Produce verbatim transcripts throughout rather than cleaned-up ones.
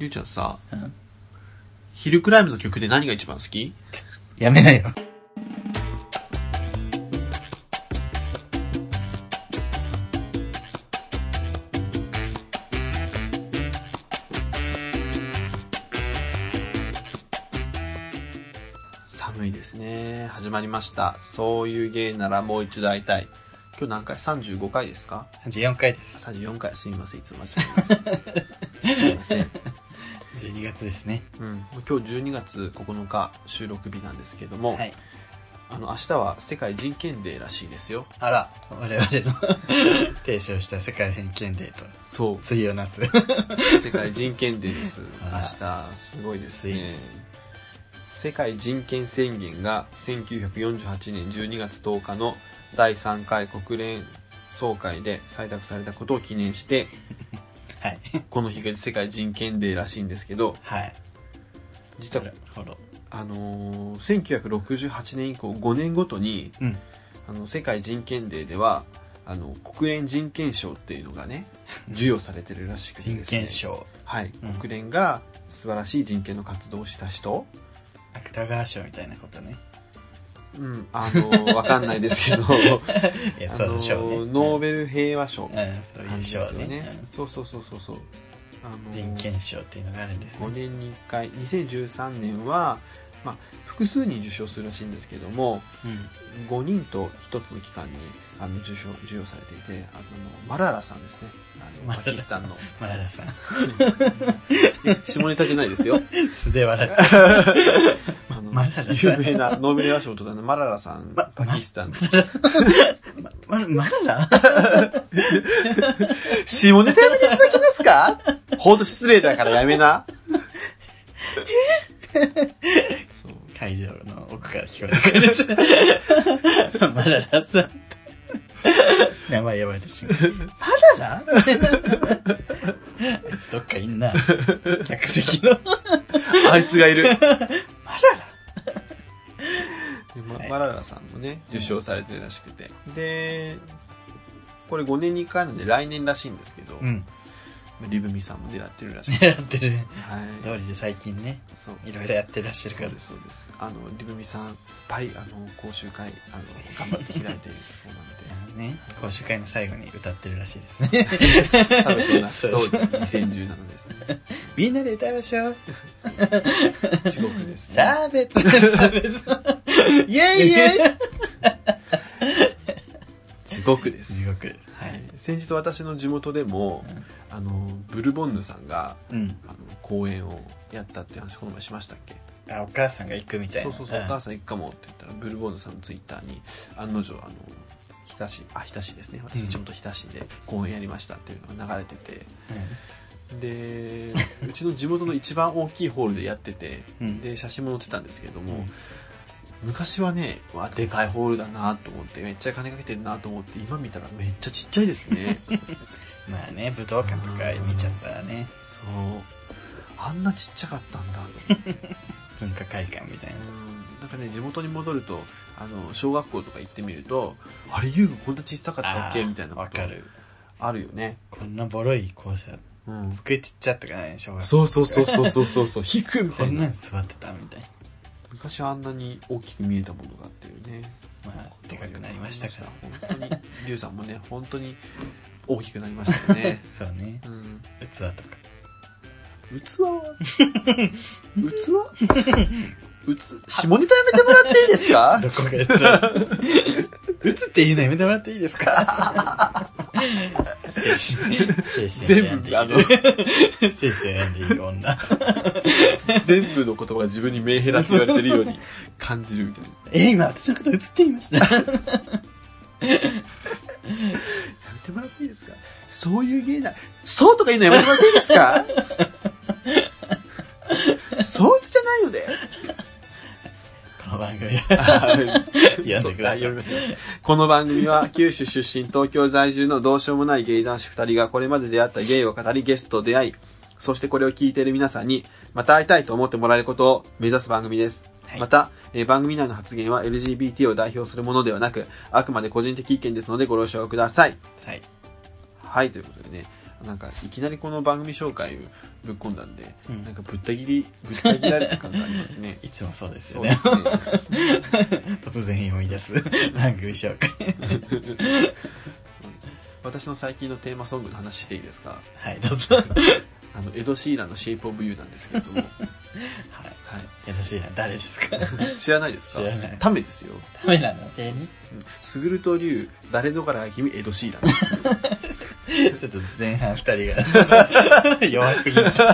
りゅうちゃんさ、 うん、 ヒルクライムの曲で何が一番好き？ やめなよ。 寒いですね。始まりました。そういう芸ならもう一度会いたい。今日何回 ?さんじゅうご 回ですか？ さんじゅうよんかいです。 さんじゅうよんかい。すみません。いつも間違えます。すみません。 じゅうにがつですね。 うん。今日じゅうにがつここのか収録日なんですけども、 はい、 あの明日は世界人権デーらしいですよ。 あら、我々の提唱した世界人権デーとそう対をなす世界人権デーです。明日すごいですね。世界人権宣言がせんきゅうひゃくよんじゅうはちねんじゅうにがつとおかのだいさんかい国連総会で採択されたことを記念してはい、 この日が世界人権デーらしいんですけど、 はい、 実はあのー、せんきゅうひゃくろくじゅうはちねん以降ごねんごとに、うん、あの世界人権デーではあの国連人権賞っていうのがね授与されてるらしくてですね。 人権賞、 はい、うん、国連が素晴らしい人権の活動をした人、 芥川賞みたいなことね。 うん、あのわかんないですけどいや、そうでしょうね。 ノーベル平和賞、 うん、そういう賞ね、 うん、そうそうそうそうそう、 あのー、人権賞っていうのがあるんですね。 ごねんにいっかい、にせんじゅうさんねんは、まあ、複数人受賞するらしいんですけども、うん、ごにんとひとつの期間にあの受賞授与されていて、あのマララさんですね、あのパキスタンのマララさん下ネタじゃないですよ。 素で笑っちゃうあの有名なノーベル平和賞を取ったマララさん、ま、パキスタンのま、ま、マララ下ネタやめていただけますか？ほんと失礼だからやめな。 そう会場の奥から聞こえてくるしマララさん名前呼ばれてしまう。マララあいつどっかいんな、客席のあいつがいる。マララまはい、 マララさんもね受賞されてるらしくて、でこれごねんにいっかいなんで来年らしいんですけど、うん、リブミさんも狙ってるらしい。 狙ってる、 はい、 通りで最近ね、そういろいろやってらっしゃるから。 そうですそうです。あのリブミさんいっぱいあの講習会あの頑張って開いてるそうなんでね、講習会の最後に歌ってるらしいですね。 差別なしそうにせんじゅうななですね。 みんなで歌いましょう。 地獄ですね。 差別差別イエイイエイ地獄です。 地獄。 はい。先日私の地元でも、うん、あのブルボンヌさんが、うん、あの講演をやったって話この前しましたっけ？ あ、お母さんが行くみたいな。 そうそうそう、うん、お母さん行くかもって言ったらブルボンヌさんのツイッターに案の定あの日田市あ日田市ですね。私地元日田市で講演やりましたっていうのが流れてて。うん、でうちの地元の一番大きいホールでやってて、うん、で写真も載ってたんですけれども、うん、昔はね、わでかいホールだなと思ってめっちゃ金かけてるなと思って今見たらめっちゃちっちゃいですね。 まあね、武道館とか見ちゃったらね、 そうあんなちっちゃかったんだと思って文化会館みたいな。 なんかね、地元に戻るとあの小学校とか行ってみるとあれ遊具こんな小さかったっけみたいなことわかるあるよね。 こんなボロい校舎、うん、机ちっちゃったかね、小学校。 そうそうそうそうそうそうそう引くみたいな。 こんなん座ってたみたいな。 昔あんなに大きく見えたものがっていうね。 まあでかくなりましたから。 本当にリュウさんもね本当に大きくなりましたよね。 そうね。うん、器とか。 器は器？うつ下ネタやめてもらっていいですか？ どこが器？うつっていうのやめてもらっていいですか？精神精神全部あの精神を病んでいる女。 全部の言葉が自分にメンヘラス言われてるように感じるみたいな。 え今私のことうつって言いました。やめてもらっていいですか？そういう芸なそうとか言うのやめてもらっていいですか？そうじゃないので。 この番組は読んでください。 この番組は九州出身東京在住のどうしようもないゲイ男子ふたりがこれまで出会ったゲイを語りゲストと出会い、そしてこれを聞いている皆さんにまた会いたいと思ってもらえることを目指す番組です。はい、また、えー、番組内の発言は エルジービーティー を代表するものではなくあくまで個人的意見ですのでご了承ください。 はい。 はい、ということでね、 なんかいきなりこの番組紹介ぶっ込んだんで、 うん、 なんかぶった切りぶった切られた感がありますね。 いつもそうですよね。そうですね突然読み出す番組紹介私の最近のテーマソングの話していいですか？ はい、どうぞ。 あのエド・シーランのシェイプオブユーなんですけれどもはい、 はい、エド・シーラン誰ですか？ 知らないですか？ 知らない。 タメですよ。 タメなの？えに？ スグルとリュウ、誰のからが君エド・シーランちょっと前半二人が弱すぎるちょ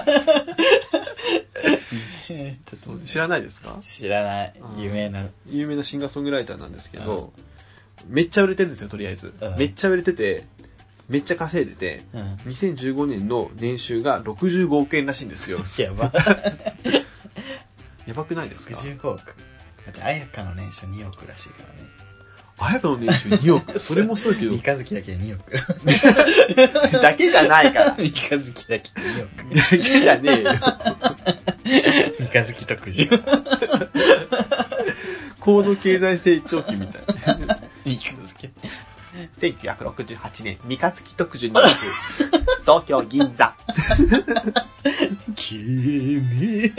っと知らないですか？ 知らない。有名な有名なシンガーソングライターなんですけど、めっちゃ売れてるんですよ。とりあえず、うん、めっちゃ売れててめっちゃ稼いでて、うん、にせんじゅうごねんの年収がろくじゅうごおくえんらしいんですよ。 やばやばくないですか？ ろくじゅうごおく。だって綾香の年収におくらしいからね。 綾香の年収におくそれもそうけど三日月だけでにおくだけじゃないから三日月だけでにおくだけじゃねえよ三日月特需高度経済成長期みたいな三日月せんきゅうひゃくろくじゅうはちねん三日月特需に東京銀座君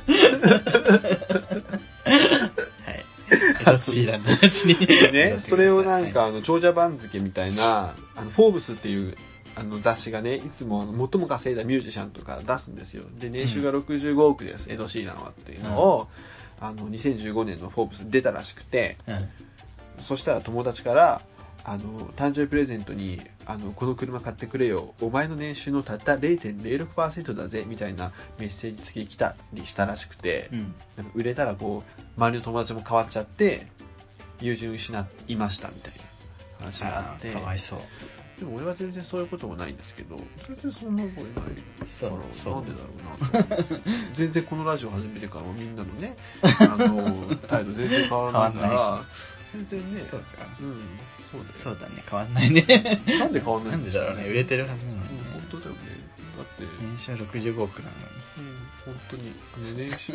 エド・シーランの話にね、それをなんかあの長者番付みたいなあのフォーブスっていうあの雑誌がねいつもあの最も稼いだミュージシャンとか出すんですよ。で年収がろくじゅうごおくです、うん、エド・シーランはっていうのを、うん、あのにせんじゅうごねんのフォーブス出たらしくて、うん、そしたら友達からあの誕生日プレゼントにあのこの車買ってくれよ、お前の年収のたった ゼロてんゼロろくパーセント だぜみたいなメッセージ付き来たりしたらしくて、うん、なんか売れたらこう周りの友達も変わっちゃって友人を失いましたみたいな話があって、 かわいそう。 でも俺は全然そういうこともないんですけど、全然そんなことないからそうそうなんでだろうなと全然このラジオ始めてからもみんなのねあの態度全然変わらないから全然ね、 そうか、 うん、そうだよ。 そうだね、変わんないねなんで変わんないんでしょうね。 なんでだろうね、売れてるはずなのに、 うん、本当だよね。だって年収ろくじゅうごおくなのに、 うん、本当に年収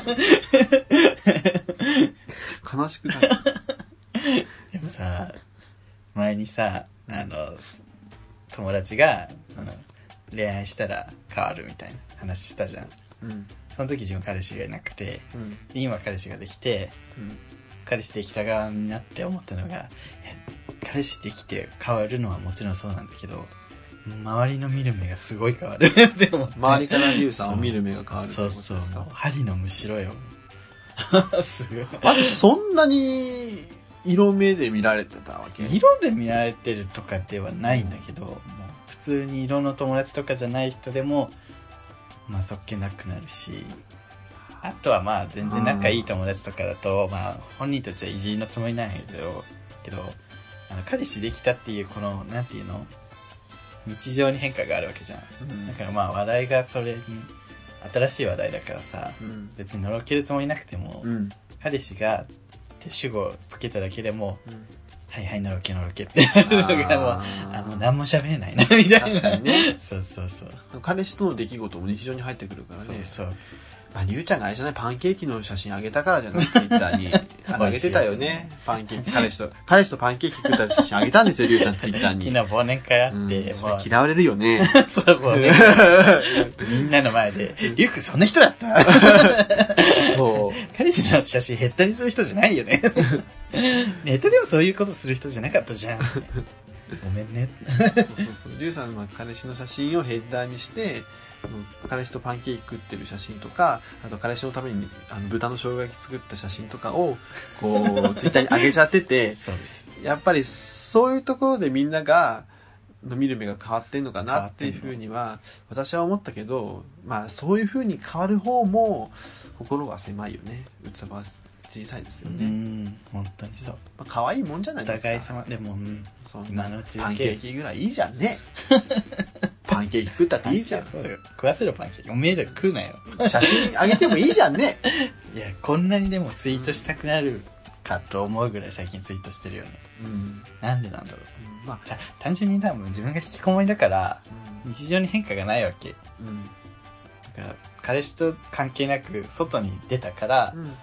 悲しくないでもさ、前にさ、あの友達がその恋愛したら変わるみたいな話したじゃん、うん、その時自分彼氏がいなくて、うん、今彼氏ができて、うん、彼氏できた側になって思ったのが、彼氏できて変わるのはもちろんそうなんだけど、周りの見る目がすごい変わるって思って、 周りからリュウさんを見る目が変わるってことですか？ そうそう、もう針のむしろよすごい。 あ、そんなに色目で見られてたわけ？ 色で見られてるとかではないんだけど、もう普通に色の友達とかじゃない人でもまあそっけなくなるし、あとはまあ全然仲いい友達とかだと、まあ本人たちはいじりのつもりないけど、けどあの彼氏できたっていうこのなんていうの、日常に変化があるわけじゃん、うん、だからまあ話題がそれに新しい話題だからさ、うん、別にのろけるつもりなくても、うん、彼氏がって主語をつけただけでも、うん、はいはいのろけのろけってなるのがもうあの何も喋れないなみたいな。 確かにねそうそうそう、 彼氏との出来事も日常に入ってくるからね。 そうそう、 まあ、りゅうちゃんがあれじゃない、パンケーキの写真あげたからじゃない、ツイッターにあげてたよね、パンケーキ、彼氏と彼氏とパンケーキ食った写真あげたんですよ、りゅうちゃんツイッターに。 昨日忘年会あって、うん、 それ嫌われるよねそう、忘年会みんなの前でりゅうくんそんな人だったそう彼氏の写真ヘッダにする人じゃないよねネットでもそういうことする人じゃなかったじゃんごめんねそうそうそう、りゅうさんは彼氏の写真をヘッダーにして彼氏とパンケーキ食ってる写真とか、あと彼氏のためにあの豚の生姜焼き作った写真とかをこうツイッターに上げちゃっててそうです、 やっぱりそういうところでみんながの見る目が変わってんのかなっていうふうには私は思ったけど、まあそういうふうに変わる方も心は狭いよね、器は小さいですよね。 うん、本当にそう、 まあ、可愛いもんじゃないですか。 お互い様でも、うん、 そんな今のうちパンケーキぐらいいいじゃんねパンケーキ食ったっていいじゃん。 そうよ、食わせろパンケーキ、おめえら食うなよ写真あげてもいいじゃんねいや、こんなにでもツイートしたくなるかと思うぐらい最近ツイートしてるよね、うん、なんでなんだろう、うん、まあ、じゃ単純に多分自分が引きこもりだから、うん、日常に変化がないわけ、うん、だから彼氏と関係なく外に出たから、うん、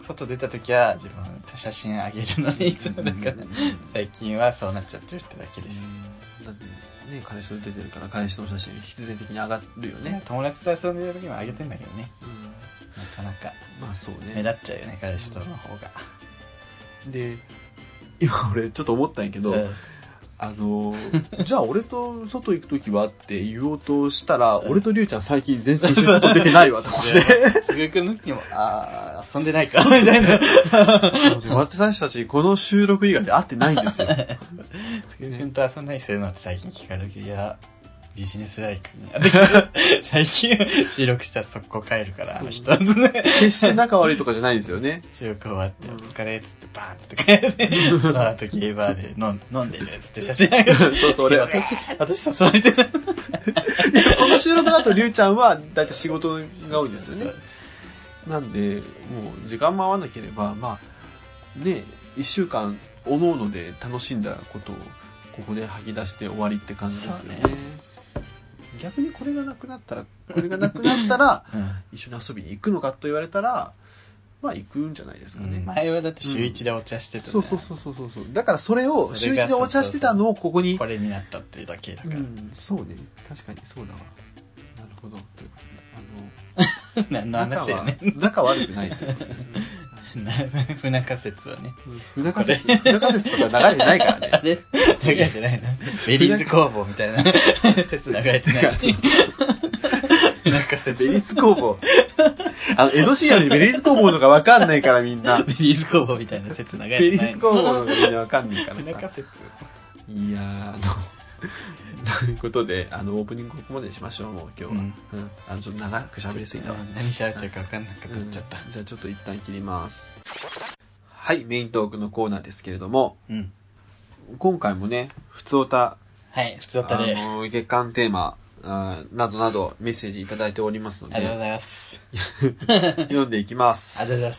外出た時は自分写真あげるのにいつもだから、最近はそうなっちゃってるってだけです。 だってね、彼氏と出てるから彼氏の写真必然的に上がるよね。 友達と遊んでる時もあげてんだけどね、 うん、 なかなかまあそうね、 目立っちゃうよね、彼氏との方が。 で今俺ちょっと思ったんやけど、うん、あのじゃあ俺と外行く時はって言おうとしたら、うん、俺とりゅうちゃん最近全然一緒に外出てないわと思ってすぐくんの時もあー遊んでないかみたいな私たちこの収録以外で会ってないんですよすぐくんと遊んだりするのって最近聞かれるけど、いやビジネスライクに最近収録したら速攻帰るからあの人決して仲悪いとかじゃないですよね。 収録終わってお疲れっつってバーンっつって帰るその後ゲーバーで飲ん飲んでるっつって写真あげるそうそう俺私私誘われてるこの収録だとりゅうちゃんはだいたい仕事が多いですよね。なんでもう時間も合わなければまあねいっしゅうかんおのおので楽しんだことをここで吐き出して終わりって感じですよね。逆にこれがなくなったらこれがなくなったら、うん、一緒に遊びに行くのかと言われたらまあ行くんじゃないですかね、 うん、前はだって週一でお茶してた、ね、 うん、そうそうそうそうそうだからそれを週一でお茶してたのをここにこれになったっていうだけだから、うん、 そうね確かにそうだわ。なるほど。 あの何の話やね仲悪くないってことですね不仲説はね、 不仲説不仲説とか流れてないからね。 あれ流れてないな。ベリーズ工房みたいな説流れてない。不仲説。 ベリーズ工房。あの江戸深夜にベリーズ工房のが分かんないからみんな。 ベリーズ工房みたいな説流れてない。 ベリーズ工房のがみんな分かんないからさ。 不仲説。 いやーあの。ということであのオープニングここまでしましょう。もう今日は、うんうん、あのちょっと長く喋りすぎたわ。 何喋ってるか分かんなくなっちゃった、 うん、じゃあちょっと一旦切ります。はいメイントークのコーナーですけれども、うん、今回もねふつおたはいふつおたであの月間テーマあなどなどメッセージいただいておりますのでありがとうございます読んでいきます。 ありがとうございます。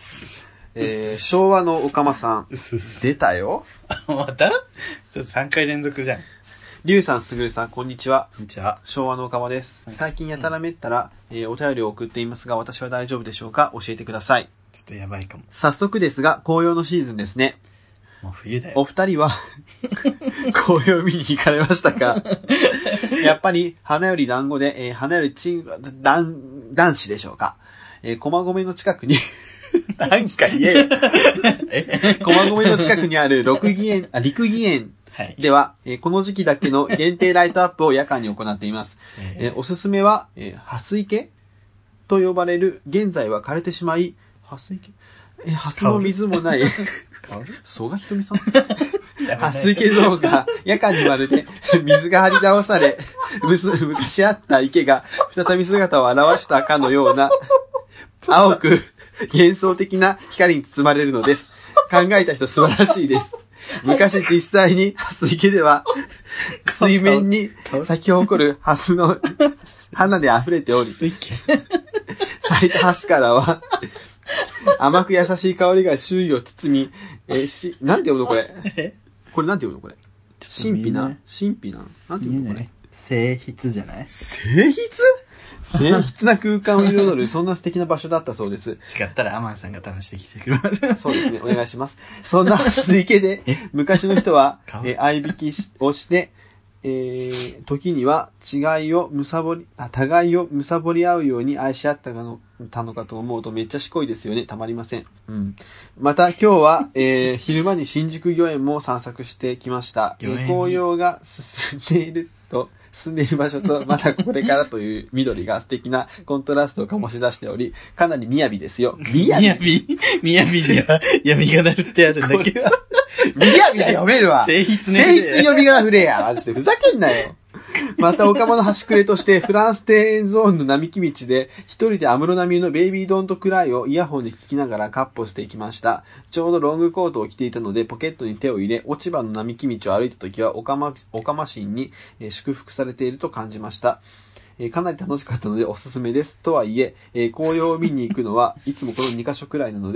えー、昭和のおかまさん出たよまたちょっとさんかい連続じゃん。 りゅうさん、すぐるさん、こんにちは。 こんにちは。 昭和のおかまです。最近やたらめったら、うん、えー、お便りを送っていますが、私は大丈夫でしょうか？教えてください。 ちょっとやばいかも。 早速ですが、紅葉のシーズンですね。 もう冬だよ。 お二人は、紅葉見に行かれましたか？やっぱり、花より団子で、えー、花よりチン、男、男子でしょうか？えー、駒込の近くに、なんか言えよ。駒込の近くにある六義園、あ、陸義園、はい、では、えー、この時期だけの限定ライトアップを夜間に行っています。えー、おすすめは、えー、蓮池と呼ばれる、現在は枯れてしまい、蓮池えー、蓮の水もない、曽我ひとみさん蓮池像が夜間にまるで水が張り直され、昔あった池が再び姿を現したかのような、青く幻想的な光に包まれるのです。考えた人素晴らしいです。昔実際に蓮池では水面に咲き誇る蓮の花で溢れており、咲いた蓮からは甘く優しい香りが周囲を包み、えー、し、なんて読むのこれ。これなんて読むのこれ。神秘な神秘ななんて読むのこれ。 静筆じゃない？ 静筆？静筆な空間を彩る、そんな素敵な場所だったそうです。 違ったらアマンさんが試してきてくれます。 そうですね、お願いします。そんな蓮池で、昔の人は、えー、相引きをして、えー、時には違いをむさぼり、あ、互いをむさぼり合うように愛し合ったのたのかと思うとめっちゃしこいですよね。たまりません。うん。また今日は、えー、昼間に新宿御苑も散策してきました。紅葉が進んでいると、住んでいる場所とまだこれからという緑が素敵なコントラストを醸し出しており、かなり雅ですよ。 雅雅では闇がなるってあるんだけど。 雅は読めるわ。 静筆ね。 静筆に読みがなふれや。マジでふざけんなよ。また、岡間の端くれとして、フランス庭園ゾーンの並木道で、一人で安室奈美恵のベイビードントクライをイヤホンで聞きながらカッポしていきました。ちょうどロングコートを着ていたので、ポケットに手を入れ、落ち葉の並木道を歩いた時は、岡間、岡間神に、えー、祝福されていると感じました。えー、かなり楽しかったのでおすすめです。とはいえ、えー、紅葉を見に行くのはいつもこのにカ所くらいなので、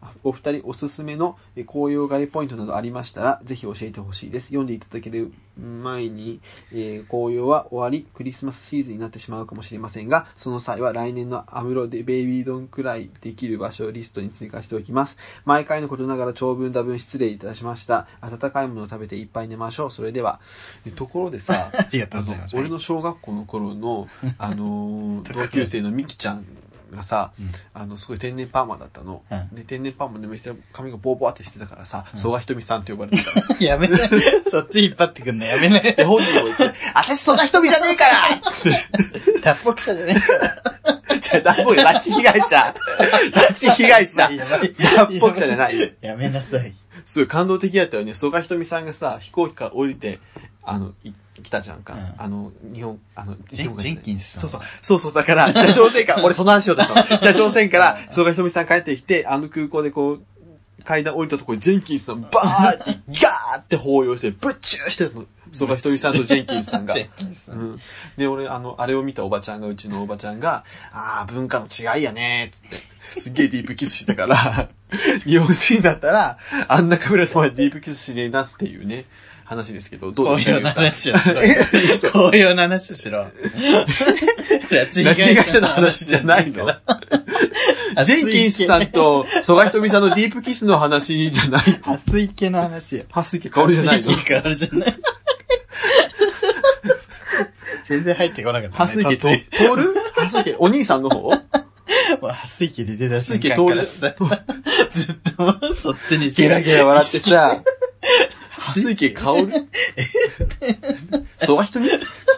お二人おすすめの紅葉狩りポイントなどありましたら、ぜひ教えてほしいです。読んでいただける前に、えー、紅葉は終わり、クリスマスシーズンになってしまうかもしれませんが、その際は来年のアムロでベイビードンくらいできる場所をリストに追加しておきます。毎回のことながら長文多文失礼いたしました。温かいものを食べていっぱい寝ましょう。それでは。ところでさ、 ありがとうございます。 俺の小学校の頃の、あのー、同級生のミキちゃん、がさ、うん、あのすごい天然パーマだったの、うん、で天然パーマでめっちゃ髪がボーボーってしてたからさ、うん、曽我ひとみさんって呼ばれてたやめなそっち引っ張ってくんのやめなで本人も言って私曽我ひとみじゃねえからって脱北者じゃねえからじゃあ脱北拉致被害者拉致被害者脱北者じゃないよやめなさい。 すごい感動的だったよね。曽我ひとみさんがさ飛行機から降りてあの来たじゃんか、うん、あの日本あのジェンキンスそうそうそうそうだから北朝鮮から俺その話しようとしたの北朝鮮から曽我ひとみさん帰ってきてあの空港でこう階段降りたところにジェンキンスさんバーってガーって抱擁してブッチューしてたの曽我ひとみさんとジェンキンスさんがジェンキンスさん、うん、 で俺あのあれを見たおばちゃんがうちのおばちゃんがああ文化の違いやねーっつってすっげえディープキスしてたから日本人だったらあんなカメラとまでディープキスしねえなっていうね話ですけど、どうですか？ 紅葉の話をしろ。紅葉の話をしろ。拉致被害者の話じゃないのジェンキンスさんと曽我ひとみさんのディープキスの話じゃないの蓮水家の話よ。 蓮水家香りじゃないの蓮水家香りじゃない。全然入ってこなかったね。 蓮水家通る蓮水家お兄さんの方もう蓮水家で出た瞬間からさ、ずっとそっちにゲラゲラ笑ってさ、蓮水家香る曽我ひとみ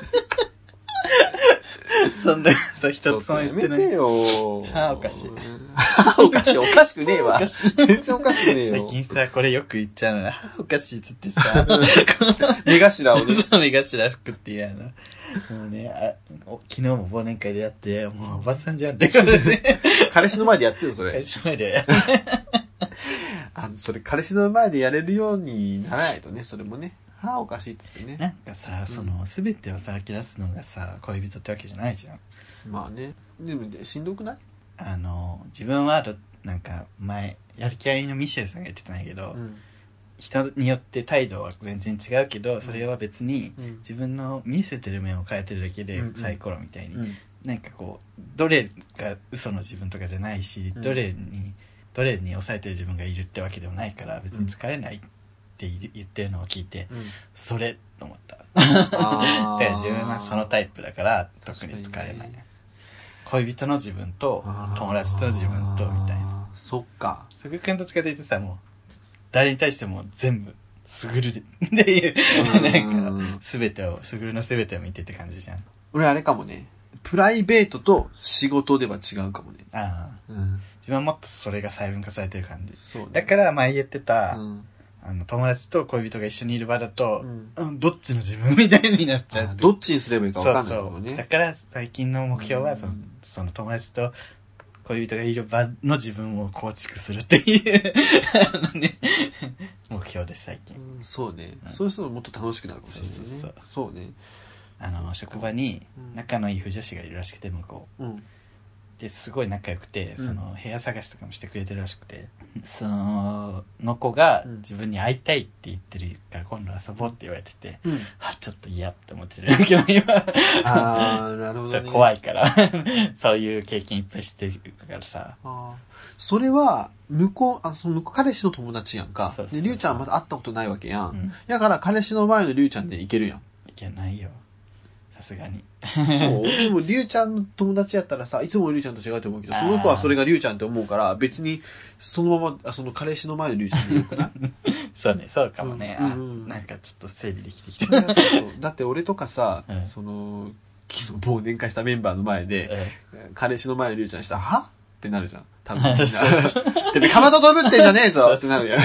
そんなこと一つも言ってない。 やめてよ。 はあ、おかしい。 はあ、おかしい。おかしくねえわ。全然おかしくねえよ。 最近さ、これよく言っちゃうのな。おかしいっつってさ。 目頭をね。 そう、目頭服って言うの。もうね、あ昨日も忘年会でやって、もうおばさんじゃんって言われて。 彼氏の前でやってるそれ。 彼氏の前でやって。 あの、それ彼氏の前でやれるようにならないとね、それもね。はあ、おかしいっつってね。 なんかさ、その、すべてをさらけ出すのがさ、恋人ってわけじゃないじゃん。 まあね。でも、しんどくない？ あの、自分は、なんか、前、やる気ありのミシェルさんが言ってたんやけど、うん、人によって態度は全然違うけど、それは別に、自分の見せてる面を変えてるだけで、うん、サイコロみたいに、うん、なんかこう、どれが嘘の自分とかじゃないし、うん、どれに、どれに抑えてる自分がいるってわけでもないから、別に疲れない。うんって言ってるのを聞いて、うん、それと思っただから自分はそのタイプだから特に疲れない、ね、恋人の自分と友達との自分とみたいな。 そっか。 すぐくんどっちかというとさ、もう誰に対しても全部すぐるっていうなんか全てをすぐるの全てを見てって感じじゃん。 俺あれかもね、プライベートと仕事では違うかもね。 ああ、うん、自分はもっとそれが細分化されてる感じ。 そう、ね、 だから前言ってた、うんあの友達と恋人が一緒にいる場だと、うん、どっちの自分みたいになっちゃう。 どっちにすればいいか分かんないもんね。 そうそう。だから最近の目標はその、うん、その友達と恋人がいる場の自分を構築するっていうあの、ね、目標です最近、 うん。そうね、うん。そうするともっと楽しくなるかもしれないね。そうそうそう。そうね。 あの職場に仲のいい腐女子がいるらしくて向こう。うんですごい仲良くて、その部屋探しとかもしてくれてるらしくて、うん、そのの子が自分に会いたいって言ってるから今度遊ぼうって言われてて、うん、あちょっと嫌って思ってるけど今あーなるほど、ね、 そう怖いからそういう経験いっぱいしてるからさ。 あそれは向こうあその向こう彼氏の友達やんか。そうそうそうでりゅうちゃんはまだ会ったことないわけやん、うん、だから彼氏の前のりゅうちゃんでいけるやん。 いけないよさすがに。 そうでもりゅうちゃんの友達やったらさいつもりゅうちゃんと違うと思うけどその子はそれがりゅうちゃんって思うから別にそのままその彼氏の前のりゅうちゃんでよくないそうねそうかもね、うんうん、なんかちょっと整理できてきただって俺とかさ、うん、その昨日忘年会したメンバーの前で、うん、彼氏の前のりゅうちゃんしたらはってなるじゃん多分みんなてめえかまどとぶってんじゃねえぞってなるやん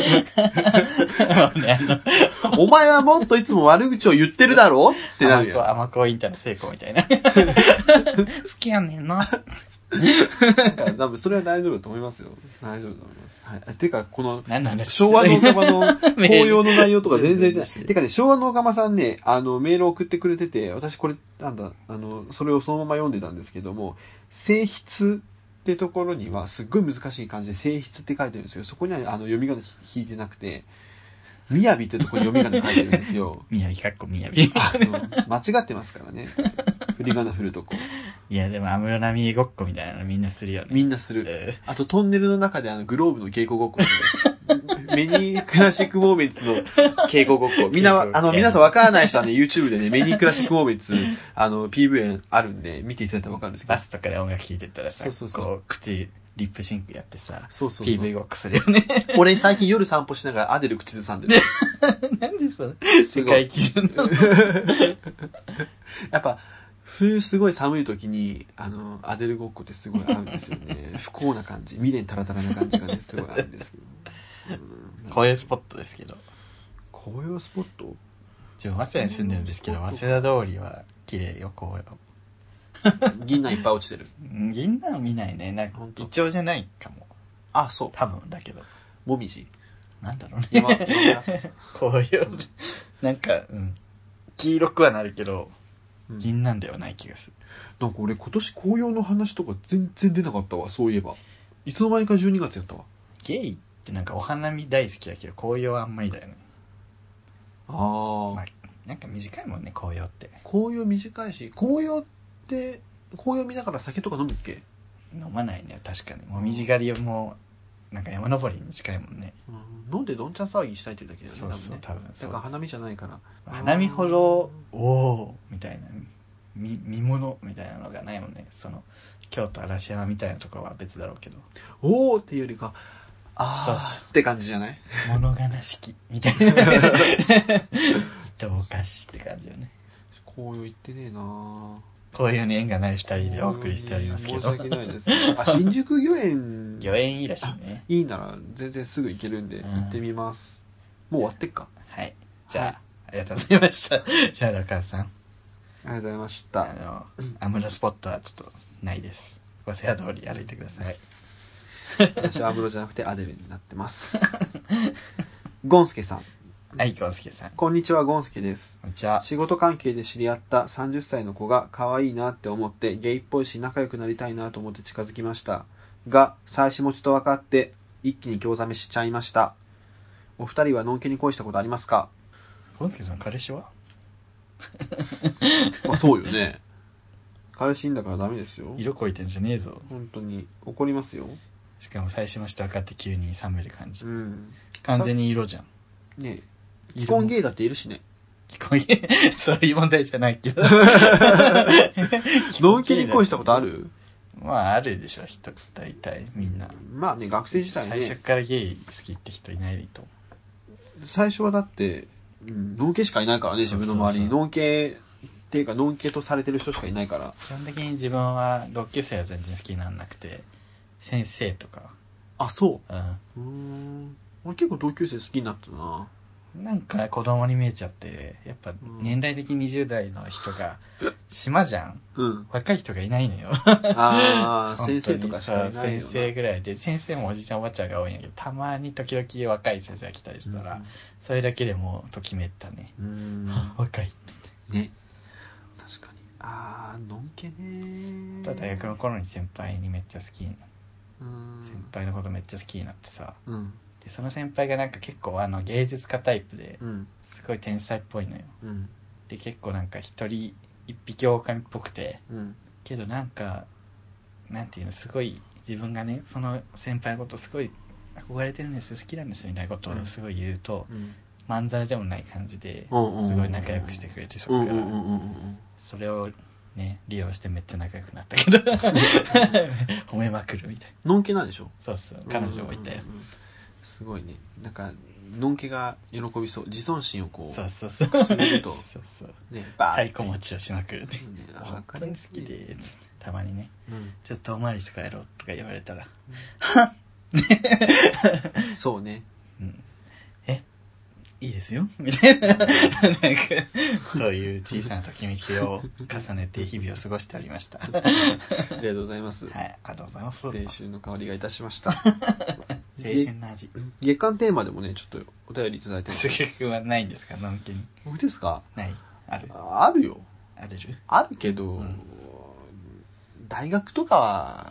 お前はもっといつも悪口を言ってるだろってなるやん。 甘子インターの成功みたいな好きやねんな多分それは大丈夫だと思いますよ。大丈夫だと思います。はい。てかこのの昭和のおかまの紅葉の内容とか全然ない。てかね昭和のおかまさんねあのメール送ってくれてて私これなんだあのそれをそのまま読んでたんですけども性質っってところにはすっごい難しい漢字で性質って書いてるんですよ。そこにはあの読み仮名引いてなくて、みやびってところに読み仮名書いてるんですよ。 みやびかっこみやび。 あの間違ってますからね。振り仮名振るとこ。 いやでも安室奈美恵ごっこみたいなのみんなするよね。 みんなする。 えあとトンネルの中であのグローブの稽古ごっこ、ね。メニークラシックモーメンツの稽古ごっこ。みんな、あの、皆さんわからない人はね、YouTube でね、メニークラシックモーメンツ、あの、ピーブイ あるんで、見ていただいたらわかるんですけど。 バスとかで音楽聴いてたらさ、 そうそうそうこう、口、リップシンクやってさ、 そうそうそうピーブイ ごっこするよね。 俺最近夜散歩しながらアデル口ずさんでる。 なんでそれ世界基準なのやっぱ、冬すごい寒い時に、あの、アデルごっこってすごい合うんですよね。不幸な感じ、未練タラタラな感じがね、すごい合うんですよ。うん、 こういうスポットですけど。 紅葉スポット？ 自分早稲田に住んでるんですけど、早稲田通りは綺麗よ、紅葉。 銀杏いっぱい落ちてる。 銀杏見ないね。なんかイチョウじゃないかも。 あ、そう。 多分だけど。 もみじ。 なんだろうね。 今、今紅葉。なんか、うん。黄色くはなるけど、 うん、 銀杏ではない気がする。 なんか俺今年紅葉の話とか全然出なかったわ、そういえば。いつの間にかじゅうにがつやったわ。 ゲイってなんかお花見大好きだけど、紅葉はあんまりだよね。 ああ、 まあ。なんか短いもんね、紅葉って。 紅葉短いし、紅葉って、紅葉見ながら酒とか飲むっけ？ 飲まないね、確かに。もみじ狩りも、なんか山登りに近いもんね。 うん、飲んでどんちゃん騒ぎしたいっていうだけだよね。 そうそう、 多分ね。 多分そう。 だから花見じゃないから。 花見ほど、おおみたいな、見、見物みたいなのがないもんね。その、京都嵐山みたいなとこは別だろうけど。 おーっていうよりか、あーそうそうって感じじゃない？ 物悲しき、みたいな。どうかしって感じよね。 紅葉行ってねえなぁ。 こういうに縁がない二人でお送りしておりますけど。 申し訳ないです。あ、新宿御苑。 御苑いいらしいね。 いいなら全然すぐ行けるんで、行ってみます。もう終わってっか。 はい。じゃあ、はい、ありがとうございました。じゃあ、中川さん。 ありがとうございました。 あの、アムロスポットはちょっとないです。ご世話通り歩いてください。 私はアムロじゃなくてアデルになってます。ゴンスケさん。 はい、ゴンスケさん。 こんにちは、ゴンスケです。 こんにちは。 仕事関係で知り合ったさんじゅっさいの子が可愛いなって思って、ゲイっぽいし仲良くなりたいなと思って近づきました。が、妻子持ちと分かって、一気に興ざめしちゃいました。お二人はのんけに恋したことありますか？ ゴンスケさん、彼氏は？ まあそうよね。彼氏いんだからダメですよ。 色こいてんじゃねえぞ。 本当に怒りますよ。 しかも妻子持ちと分かって急に冷める感じ。 うん。 完全に色じゃん。 ねえ。既婚ゲイだっているしね。 既婚ゲイそういう問題じゃないけど。 のんけに恋したことある？ まああるでしょ、人大体みんな。 まあね、学生時代ね。 最初からゲイ好きって人いないと思う。最初はだって、うん、のんけしかいないからね、自分の周りに。のんけっていうか、のんけとされてる人しかいないから。 基本的に自分は同級生は全然好きにならなくて、先生とか。 あ、そう。 うん。 うーん。俺結構同級生好きになったな。 なんか子供に見えちゃって、やっぱ年代的ににじゅう代の人が、島じゃん、 うん、 若い人がいないのよ。 ああ、先生とかしかいないよな。 先生ぐらいで、先生もおじちゃんおばちゃんが多いんやけど、たまに時々若い先生が来たりしたら、うん、それだけでもうときめったね。 うん、 若いって。 ね。確かに。ああ、のんけね。 大学の頃に先輩にめっちゃ好きになって、 うん、 先輩のことめっちゃ好きになってさ、 うん、 でその先輩がなんか結構あの芸術家タイプで、 うん、 すごい天才っぽいのよ、 うん、 で結構なんか一人一匹狼っぽくて、 うん、 けどなんかなんていうの、すごい自分がねその先輩のことすごい憧れてるんです好きなんですみたいなことをすごい言うと、うん、まんざらでもない感じですごい仲良くしてくれて、そこからそれをね利用してめっちゃ仲良くなったけど褒めまくるみたいな。 のんけなんでしょ？ そうそう、彼女もいたよ、 うんうんうんうん、すごいね、なんかのんけが喜びそう、自尊心をこうそうそうそうくすぐるとそうそうね、バーッ太鼓持ちをしまくるね、 ね、 本当に好きでたまにね、 うん、 ちょっと遠回りして帰ろうとか言われたら、 うん、そうね、 うん、えいいですよみたいななんかそういう小さなときめきを重ねて日々を過ごしておりましたありがとうございます。 はい、ありがとうございます。 青春の香りがいたしました青春の味。 月間テーマでもねちょっとお便りいただいてます。 すげくはないんですか、のんけに。 僕ですか？ ない。ある。 あるよ。 あるあるけど、うん、大学とかは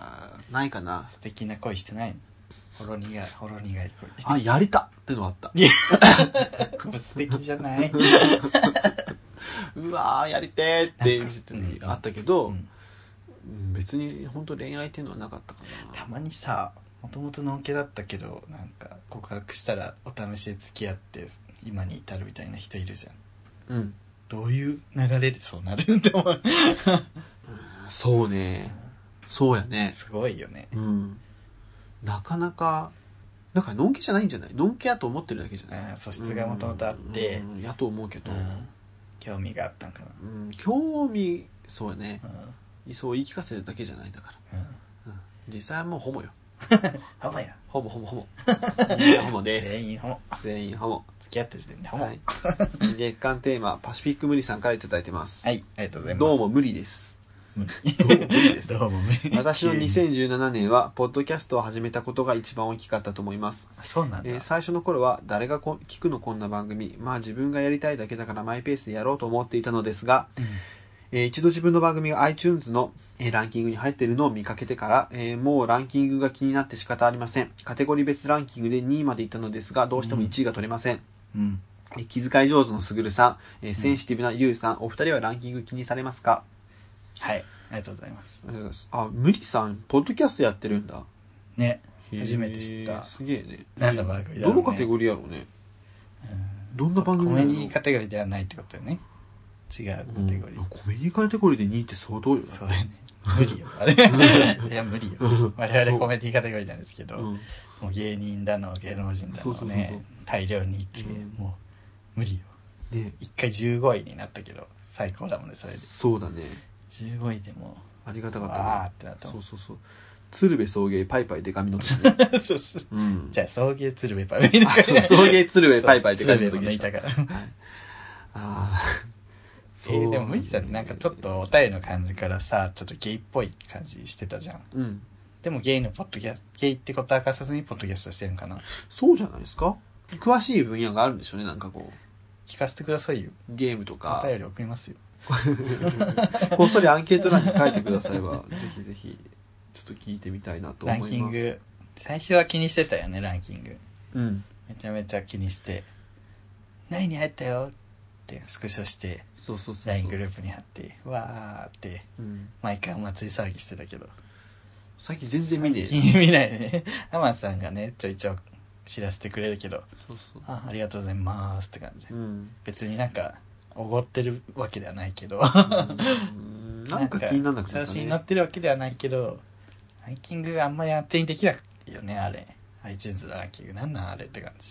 ないかな。 素敵な恋してないの？ほろ苦い、ほろ苦い恋。 あ、やりたってのあった。 いや素敵じゃない。 うわーやりてーってあったけど、 うんうん、別に本当恋愛っていうのはなかったかな。 たまにさ、もともとのんけだったけどなんか告白したらお試しで付き合って今に至るみたいな人いるじゃん。 うん。 どういう流れでそうなるんって思う。 そうね。そうやね。 すごいよね。 うん。なかなか、なんかのんけじゃないんじゃない？のんけやと思ってるだけじゃない？ あ、素質がもともとあって、 うん、やと思うけど、 うん、興味があったんかな。 うん、興味、そうやね。 うん、 そう言い聞かせるだけじゃないんだから。うんうん、実際はもうホモよ。 ホモや。 ホモホモホモ。みんなホモです。 全員ホモ。 全員ホモ。 付き合った時点でホモ。はい、 月間テーマ、パシフィック無理さんからいただいてます。 はい、ありがとうございます。 どうも無理です。 無理。 どうも無理です。 どうも無理。 私のにせんじゅうななねんは、ポッドキャストを始めたことが一番大きかったと思います。 そうなんだ。 えー、最初の頃は、誰がこ聞くのこんな番組。まあ自分がやりたいだけだからマイペースでやろうと思っていたのですが、うん、えー、一度自分の番組が iTunes の、えー、ランキングに入っているのを見かけてから、えー、もうランキングが気になって仕方ありません。カテゴリー別ランキングでにいまでいったのですが、どうしてもいちいが取れません。うん、えー、気遣い上手のすぐるさん、えー、センシティブなゆうさん、お二人はランキング気にされますか？ はい、ありがとうございます。 あ、無理さん、ポッドキャストやってるんだ。 ね、初めて知った。 すげえね。 何の番組だろうね。どのカテゴリーやろうね。うん、どんな番組コメディカテゴリーではないってことよね。違うカテゴリー。 うん、コメディカテゴリーでにいって相当よ。 そうやね。無理よ。あれいや、無理よ。我々コメディカテゴリーなんですけど、うん、もう芸人だの、芸能人だのね、そうそうそうそう大量にいて、うん、もう無理よ。で、一回じゅうごいになったけど、最高だもんね、それで。 そうだね。 じゅうごいでもありがたかったね。 あーってなったもん。 そうそうそう。鶴瓶送迎パイパイデカミの時ね。そうそう。うん、じゃあ送迎鶴瓶パイパイ。 送迎鶴瓶パイパイデカミの時でした。 鶴瓶も抜いたから。はい、ああ。えー、でも無理さ、なんかちょっとお便りの感じからさ、ちょっとゲイっぽい感じしてたじゃん。うん。でもゲイのポッドキャスト、ゲイってことは明かさずにポッドキャストしてるのかな。 そうじゃないですか。詳しい分野があるんでしょうね、なんかこう。 聞かせてくださいよ。 ゲームとか。 お便り送りますよ。 こっそりアンケート欄に書いてくだされば、ぜひぜひ、ちょっと聞いてみたいなと思います。 ランキング、最初は気にしてたよね、ランキング。 うん。 めちゃめちゃ気にして、何に入ったよってスクショして、 そうそうそうそう。 ライン グループに貼って、わーって、うん、毎回お祭り騒ぎしてたけど。 最近全然見ねえ。 最近見ないね。アマンさんがね、ちょいちょい知らせてくれるけど、 そうそう。 あ、ありがとうございますって感じで。うん、別になんか、おごってるわけではないけど、 うんなんか気にならなくて、 ね、調子に乗ってるわけではないけど、ランキングがあんまり安定にできなくてよね、あれ。iTunes のランキングなんなんあれって感じ。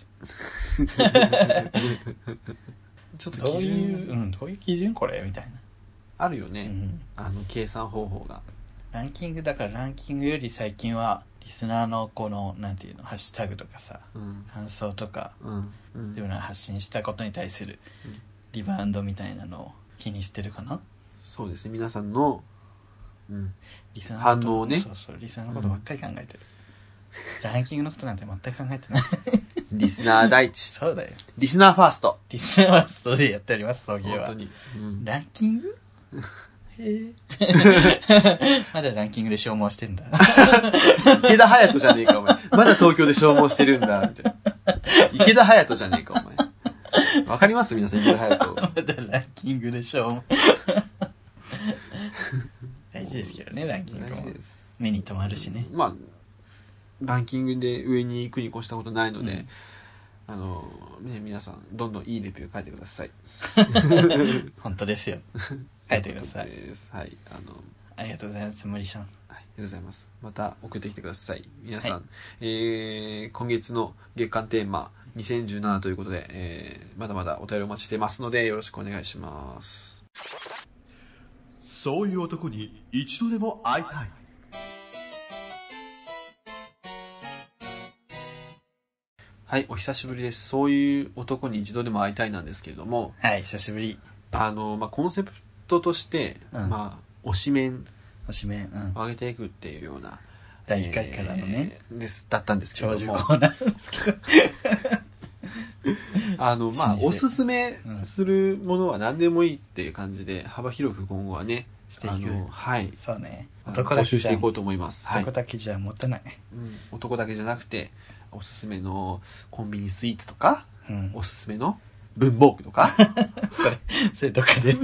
ちょっと基準どういう、うん、どういう基準これみたいな。 あるよね、うん、あの計算方法が。 ランキングだからランキングより最近はリスナーのこのなんていうのハッシュタグとかさ、うん、感想とか、うんうん、自分が発信したことに対するリバウンドみたいなのを気にしてるかな。 そうですね、皆さんの、うん、 リスナー反応をね。 そうそう、リスナーのことばっかり考えてる、うん、ランキングのことなんて全く考えてない。 リスナー第一。 そうだよ。 リスナーファースト。 リスナーファーストでやっております、送迎は。 本当に。 うん、ランキングへまだランキングで消耗してんだ。 池田隼人じゃねえか、お前。まだ東京で消耗してるんだ、みたいな。池田隼人じゃねえか、お前。わかります皆さん、池田隼人。 まだランキングで消耗。大事ですけどね、ランキングも。目に留まるしね。 まあ、ランキングで上に行くに越したことないので、うん、あの、ね、皆さん、どんどんいいレビュー書いてください。 本当ですよ。書いてください。 はい、あの、 ありがとうございます、森さん。はい、 ありがとうございます。また送ってきてください。皆さん、はい、えー、今月の月間テーマにせんじゅうななということで、えー、まだまだお便りお待ちしてますので、よろしくお願いします。そういう男に一度でも会いたい。はい、お久しぶりです。そういう男に一度でも会いたいなんですけれども、 はい、久しぶり。 あの、まあ、コンセプトとして、うん、まあ、推しメン推しメン、うん、 上げていくっていうようなだいいっかいからのね、 えー、ですだったんですけども、長寿コーナーなんですけどあのまあおすすめするものは何でもいいっていう感じで幅広く今後はねしていく。 あのはいそうね。 男だけ募集していこうと思います。 男だけじゃ持たない、 うん、男だけじゃなくておすすめのコンビニスイーツとか、うん、おすすめの文房具とかそれそれどっかで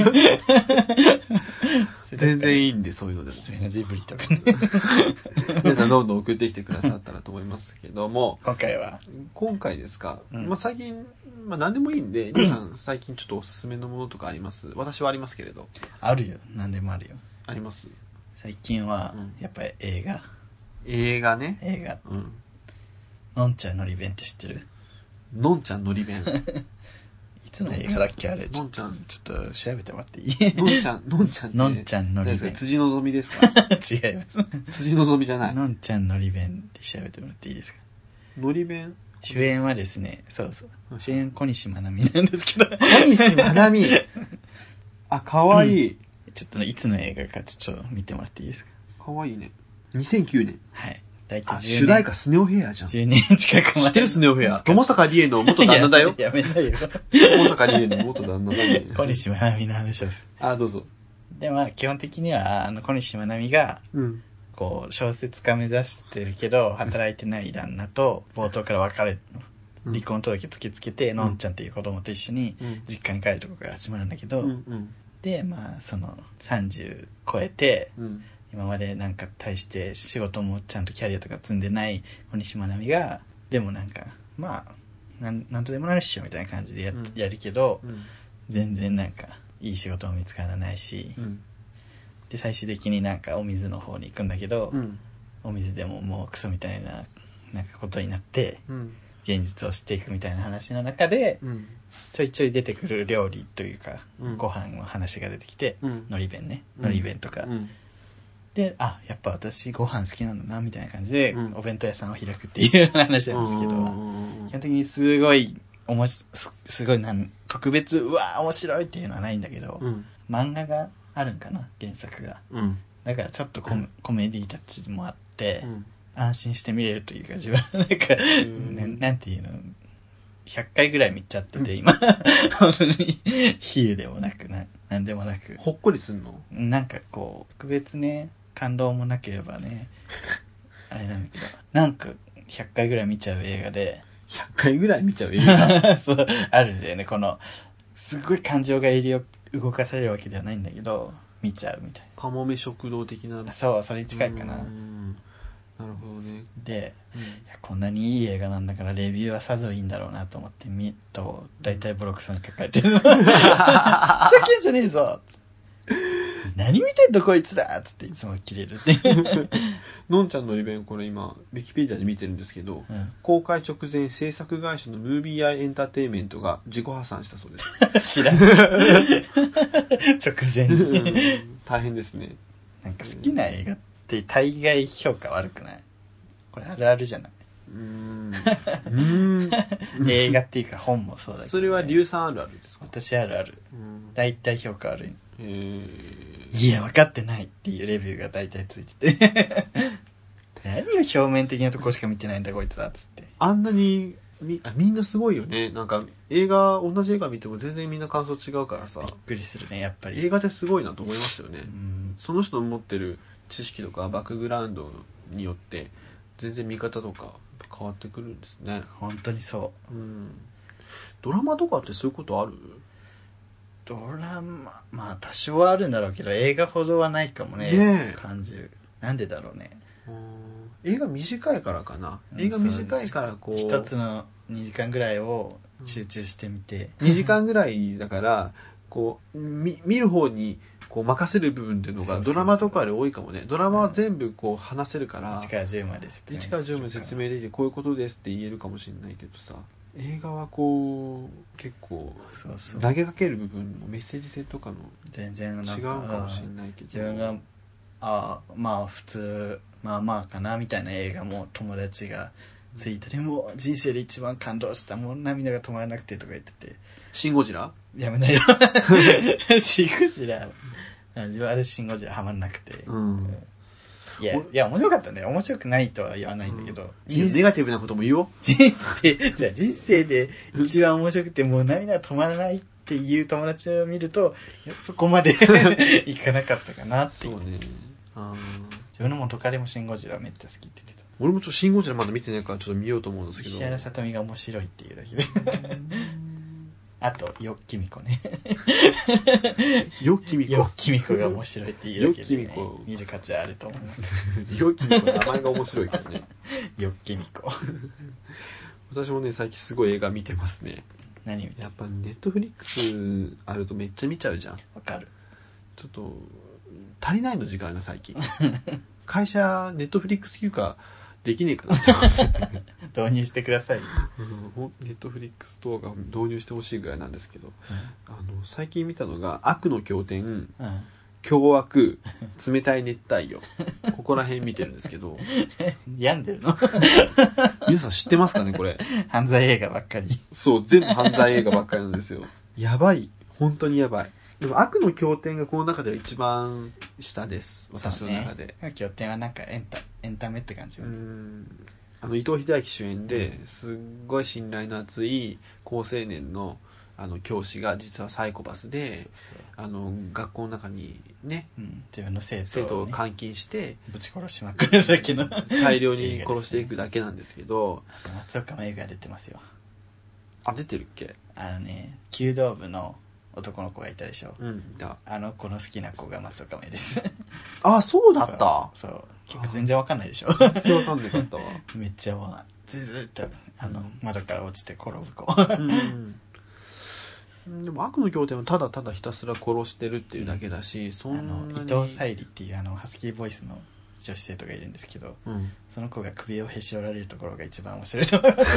全然いいんで、そういうのでもおすすめのジブリとかね皆さんどんどん送ってきてくださったらと思いますけども、 今回は今回ですか、 うん、 まあ最近、まあ何でもいいんで、皆さん最近ちょっとおすすめのものとかあります？私はありますけれど。 あるよ、何でもあるよ。 あります？ 最近はやっぱり映画、 映画ね。 映画、 うん、 のんちゃんのり弁って知ってる？ のんちゃんのり弁いつの映画だっけあれ。 のんちゃんちょっと調べてもらっていい？ のんちゃん、のんちゃんってのんちゃんのり弁。 辻のぞみですか？ 違います辻のぞみじゃない。 のんちゃんのり弁で調べてもらっていいですか？ のり弁主演はですね、そうそう、主演小西真奈美なんですけど小西真奈美あ、かわいい、うん、 ちょっといつの映画かちょっと見てもらっていいですか？ かわいいね。にせんきゅうねん。 はい。大体じゅうねん。 主題歌スネオヘアじゃん。 じゅうねん近く前。 知ってるスネオヘア。友坂理恵の元旦那だよ。 やめないよ。 友坂理恵の元旦那だね。 小西真奈美の話です。 あ、どうぞ。 で、まあ、基本的には、あの、小西真奈美が、 うん、 こう、小説家目指してるけど、働いてない旦那と、冒頭から別れ、離婚届突きつけて、うん、のんちゃんっていう子供と一緒に、実家に帰るとこから始まるんだけど、 うんうん、で、 まあ、その、さんじゅう超えて、 うん今までなんか対して仕事もちゃんとキャリアとか積んでない小西真奈美がでもなんかまあ な, なんとでもなるっしょみたいな感じで や,、うん、やるけど、うん、全然なんかいい仕事も見つからないし、うん、で最終的になんかお水の方に行くんだけど、うん、お水でももうクソみたいななんかことになって、うん、現実を知っていくみたいな話の中で、うん、ちょいちょい出てくる料理というか、うん、ご飯の話が出てきて、うん、のり弁ね、のり弁とか、うんで、あ、やっぱ私ご飯好きなんだなみたいな感じで、うん、お弁当屋さんを開くっていう話なんですけど、基本的にすごいおもし す, すごいなん特別うわ面白いっていうのはないんだけど、うん、漫画があるんかな原作が、うん、だからちょっと コ,、うん、コメディタッチもあって、うん、安心して見れるというか自分なんか、うんね、なんていうのひゃっかいぐらい見ちゃってて、うん、今本当に比喩でもなくななんでもなくほっこりすんのなんかこう特別ね感動もなければねあれなんだけどなんかひゃっかいぐらい見ちゃう映画でひゃっかいぐらい見ちゃう映画そうあるんだよね。このすごい感情が襟を動かされるわけではないんだけど見ちゃうみたいな。 かもめ食堂的な。 そうそれに近いかな。 うんなるほどね。 で、うん、いやこんなにいい映画なんだからレビューはさぞいいんだろうなと思って見ると大体ボロクソに書かれてるふざけんじゃねえぞ何見てんのこいつだっつっていつもキレるってのんちゃんのり弁これ今ウィキペディアで見てるんですけど、うん、公開直前制作会社のムービーアイエンターテインメントが自己破産したそうです知らん直前に大変ですね。 なんか好きな映画って大概評価悪くない？これあるあるじゃない？うーんうーん映画っていうか本もそうだけど、ね、 それはリュウさんあるあるですか？ 私あるある。大体評価悪い。 へーいや分かってないっていうレビューが大体ついてて何を表面的なところしか見てないんだこいつだっつって。 あんなに み, あみんなすごいよね。なんか映画同じ映画見ても全然みんな感想違うからさびっくりするねやっぱり。 映画ってすごいなと思いますよね。うんその人の持ってる知識とかバックグラウンドによって全然見方とか変わってくるんですね。 本当にそう、うん、 ドラマとかってそういうことある？ ドラマまあ多少はあるんだろうけど映画ほどはないかも ね, ね感じる。なんでだろうね。 うん映画短いからかな。映画短いからこう一つのにじかんぐらいを集中してみて、 うん、にじかんぐらいだからこう 見, 見る方にこう任せる部分っていうのがドラマとかで多いかもね。ドラマは全部こう話せるから、 いちからじゅうまで説明いちからじゅうまで説明できてこういうことですって言えるかもしれないけどさ、映画はこう結構投げかける部分もメッセージ性とかの全然違うかもしれないけど、 自分があまあ普通まあまあかなみたいな映画も友達がツイートでも人生で一番感動したもう涙が止まらなくてとか言ってて、 シンゴジラやめないよシンゴジラ自分は私シンゴジラハマんなくて、うん、いやいや面白かったね。面白くないとは言わないんだけど、うん、 ネガティブなことも言おう。 人生じゃあ人生で一番面白くてもう涙が止まらないっっていう友達を見ると、いやそこまでいかなかったかなっていう。 そうね。あ自分の元彼もシン・ゴジラめっちゃ好きって言ってた。 俺もちょっとシン・ゴジラまだ見てないからちょっと見ようと思うんですけど。 石原さとみが面白いっていうだけで。あと、よっきみこね。 よっきみこ。 よっきみこが面白いっていうだけで、ね、 よっきみこ見る価値はあると思います。 よっきみこ名前が面白いからね。 よっきみこ。 私もね最近すごい映画見てますね。 何見て？ やっぱネットフリックスあるとめっちゃ見ちゃうじゃん。 わかる。ちょっと足りないの時間が最近。会社ネットフリックス休暇できねえかなって導入してください。 ネットフリックス等が導入してほしいぐらいなんですけど、うん、あの最近見たのが悪の経典、うん、凶悪、冷たい熱帯魚ここら辺見てるんですけど病んでるの皆さん知ってますかねこれ。 犯罪映画ばっかり。 そう全部犯罪映画ばっかりなんですよ。やばい本当にやばい。でも悪の経典がこの中では一番下です私の中で。 悪の経典はなんかエンタエンタメって感じ。 うーんあの伊藤英明主演ですっごい信頼の厚い高青年のあの教師が実はサイコパスで、そうそうあの学校の中にね、 うん、自分の生徒を、ね、 生徒を監禁してぶち殺しまくるだけの大量に殺していくだけなんですけど、 松岡茉優が出てますよ。 あ出てるっけ。 あのね弓道部の男の子がいたでしょ、 うん、だあの子の好きな子が松岡茉優ですあそうだった。 そうそう結構全然わかんないでしょ。 全然わかんなかったわ。 めっちゃわずずっとあの、うん、窓から落ちて転ぶ子うんでも悪の経典はただただひたすら殺してるっていうだけだし、うん、そんなにあの伊藤沙莉っていうあのハスキーボイスの女子生徒がいるんですけど、うん、その子が首をへし折られるところが一番面白いと思います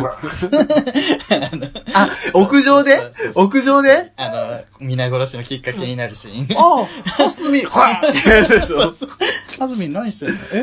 あ屋上で屋上であの皆殺しのきっかけになるシーン。 ああハスミンはいそうそうハスミン何してるのえ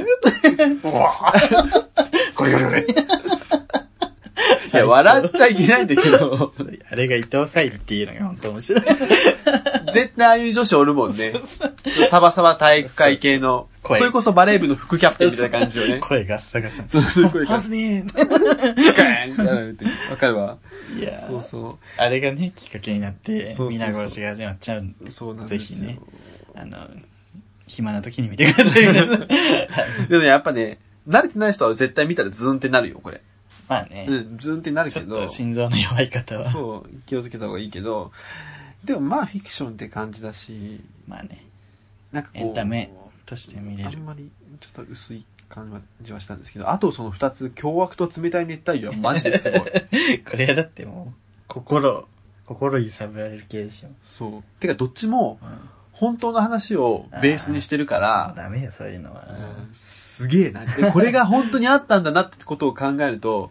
これこれこれいや笑っちゃいけないんだけどあれが伊藤沙莉っていうのが本当面白い。 絶対ああいう女子おるもんね。そうそうサバサバ体育会系のそれこそバレー部の副キャプテンみたいな感じよね。 声ガッサガサ。 そうそう声ハスミンガーンってやられてわかるわ。 いやそうそうあれがねきっかけになってそうそうそう皆殺しが始まっちゃう。 そうなんですよ。 ぜひねあの暇な時に見てください皆さん。 でもねやっぱね慣れてない人は絶対見たらズーンってなるよこれ。 まあね、 うん、ズーンってなるけどちょっと心臓の弱い方はそう気をつけた方がいいけど、でもまあフィクションって感じだし、 まあねなんかこうエンタメとして見れる。 あんまりちょっと薄い感じはしたんですけど、あとそのふたつ凶悪と冷たい熱帯魚はマジですごい。 これはだってもう心心揺さぶられる系でしょ。 そうてかどっちも、うん本当の話をベースにしてるから、 ダメよそういうのは、 うん、すげえなでこれが本当にあったんだなってことを考えると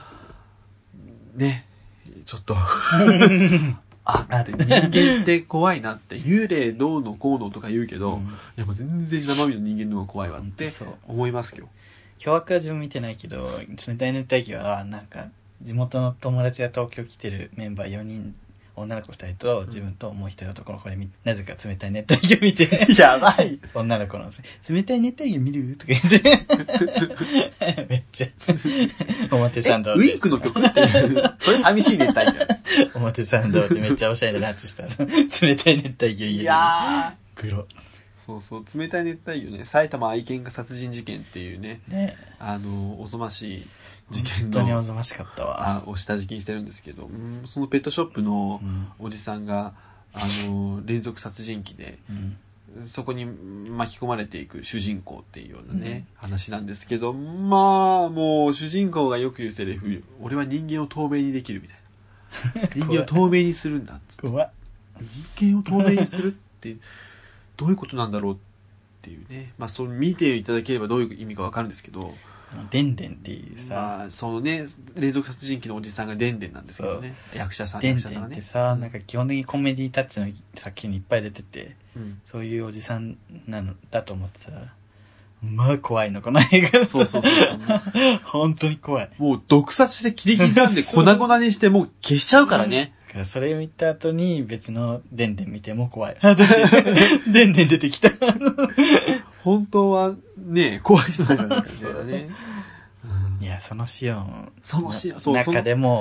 ねちょっとあって人間って怖いなって幽霊どうのこうのとか言うけど、うん、いやもう全然生身の人間の方が怖いわって思いますよ。 凶悪は自分見てないけど冷たい熱帯魚はなんか地元の友達が東京来てるメンバーよにん女の子ふたりと自分ともう一人男の子でなぜか冷たい熱帯魚見てやばい女の子の冷たい熱帯魚見るとか言ってめっちゃ表参道でウィンクの曲っていうそれ寂しい熱帯魚表参道でめっちゃおしゃれなランチした冷たい熱帯魚家でいやー黒そうそう冷たい熱帯魚ね埼玉愛犬家殺人事件っていうね、ねあのおぞましい事件の本当におぞましかったわあを下敷きにしてるんですけど、うん、そのペットショップのおじさんが、うん、あの連続殺人鬼で、うん、そこに巻き込まれていく主人公っていうようなね、うん、話なんですけどまあもう主人公がよく言うセリフ俺は人間を透明にできるみたいな人間を透明にするんだっつって怖っ人間を透明にするってどういうことなんだろうっていうねまあそれ見ていただければどういう意味かわかるんですけどデンデンっていうさ、 まあ、そのね連続殺人鬼のおじさんがデンデンなんですけどね役者さんデンデンってさ、ね、なんか基本的にコメディタッチの作品にいっぱい出てて、うん、そういうおじさんなのだと思ってたらまあ怖いのこの映画そうそうそう本当に怖いもう毒殺して切り刻んで粉々にしてもう消しちゃうからねだからそれを見た後に別のデンデン見ても怖いデンデン出てきた本当はね怖い人なんじゃないかね、 いやそのシオンそのシオンの中でも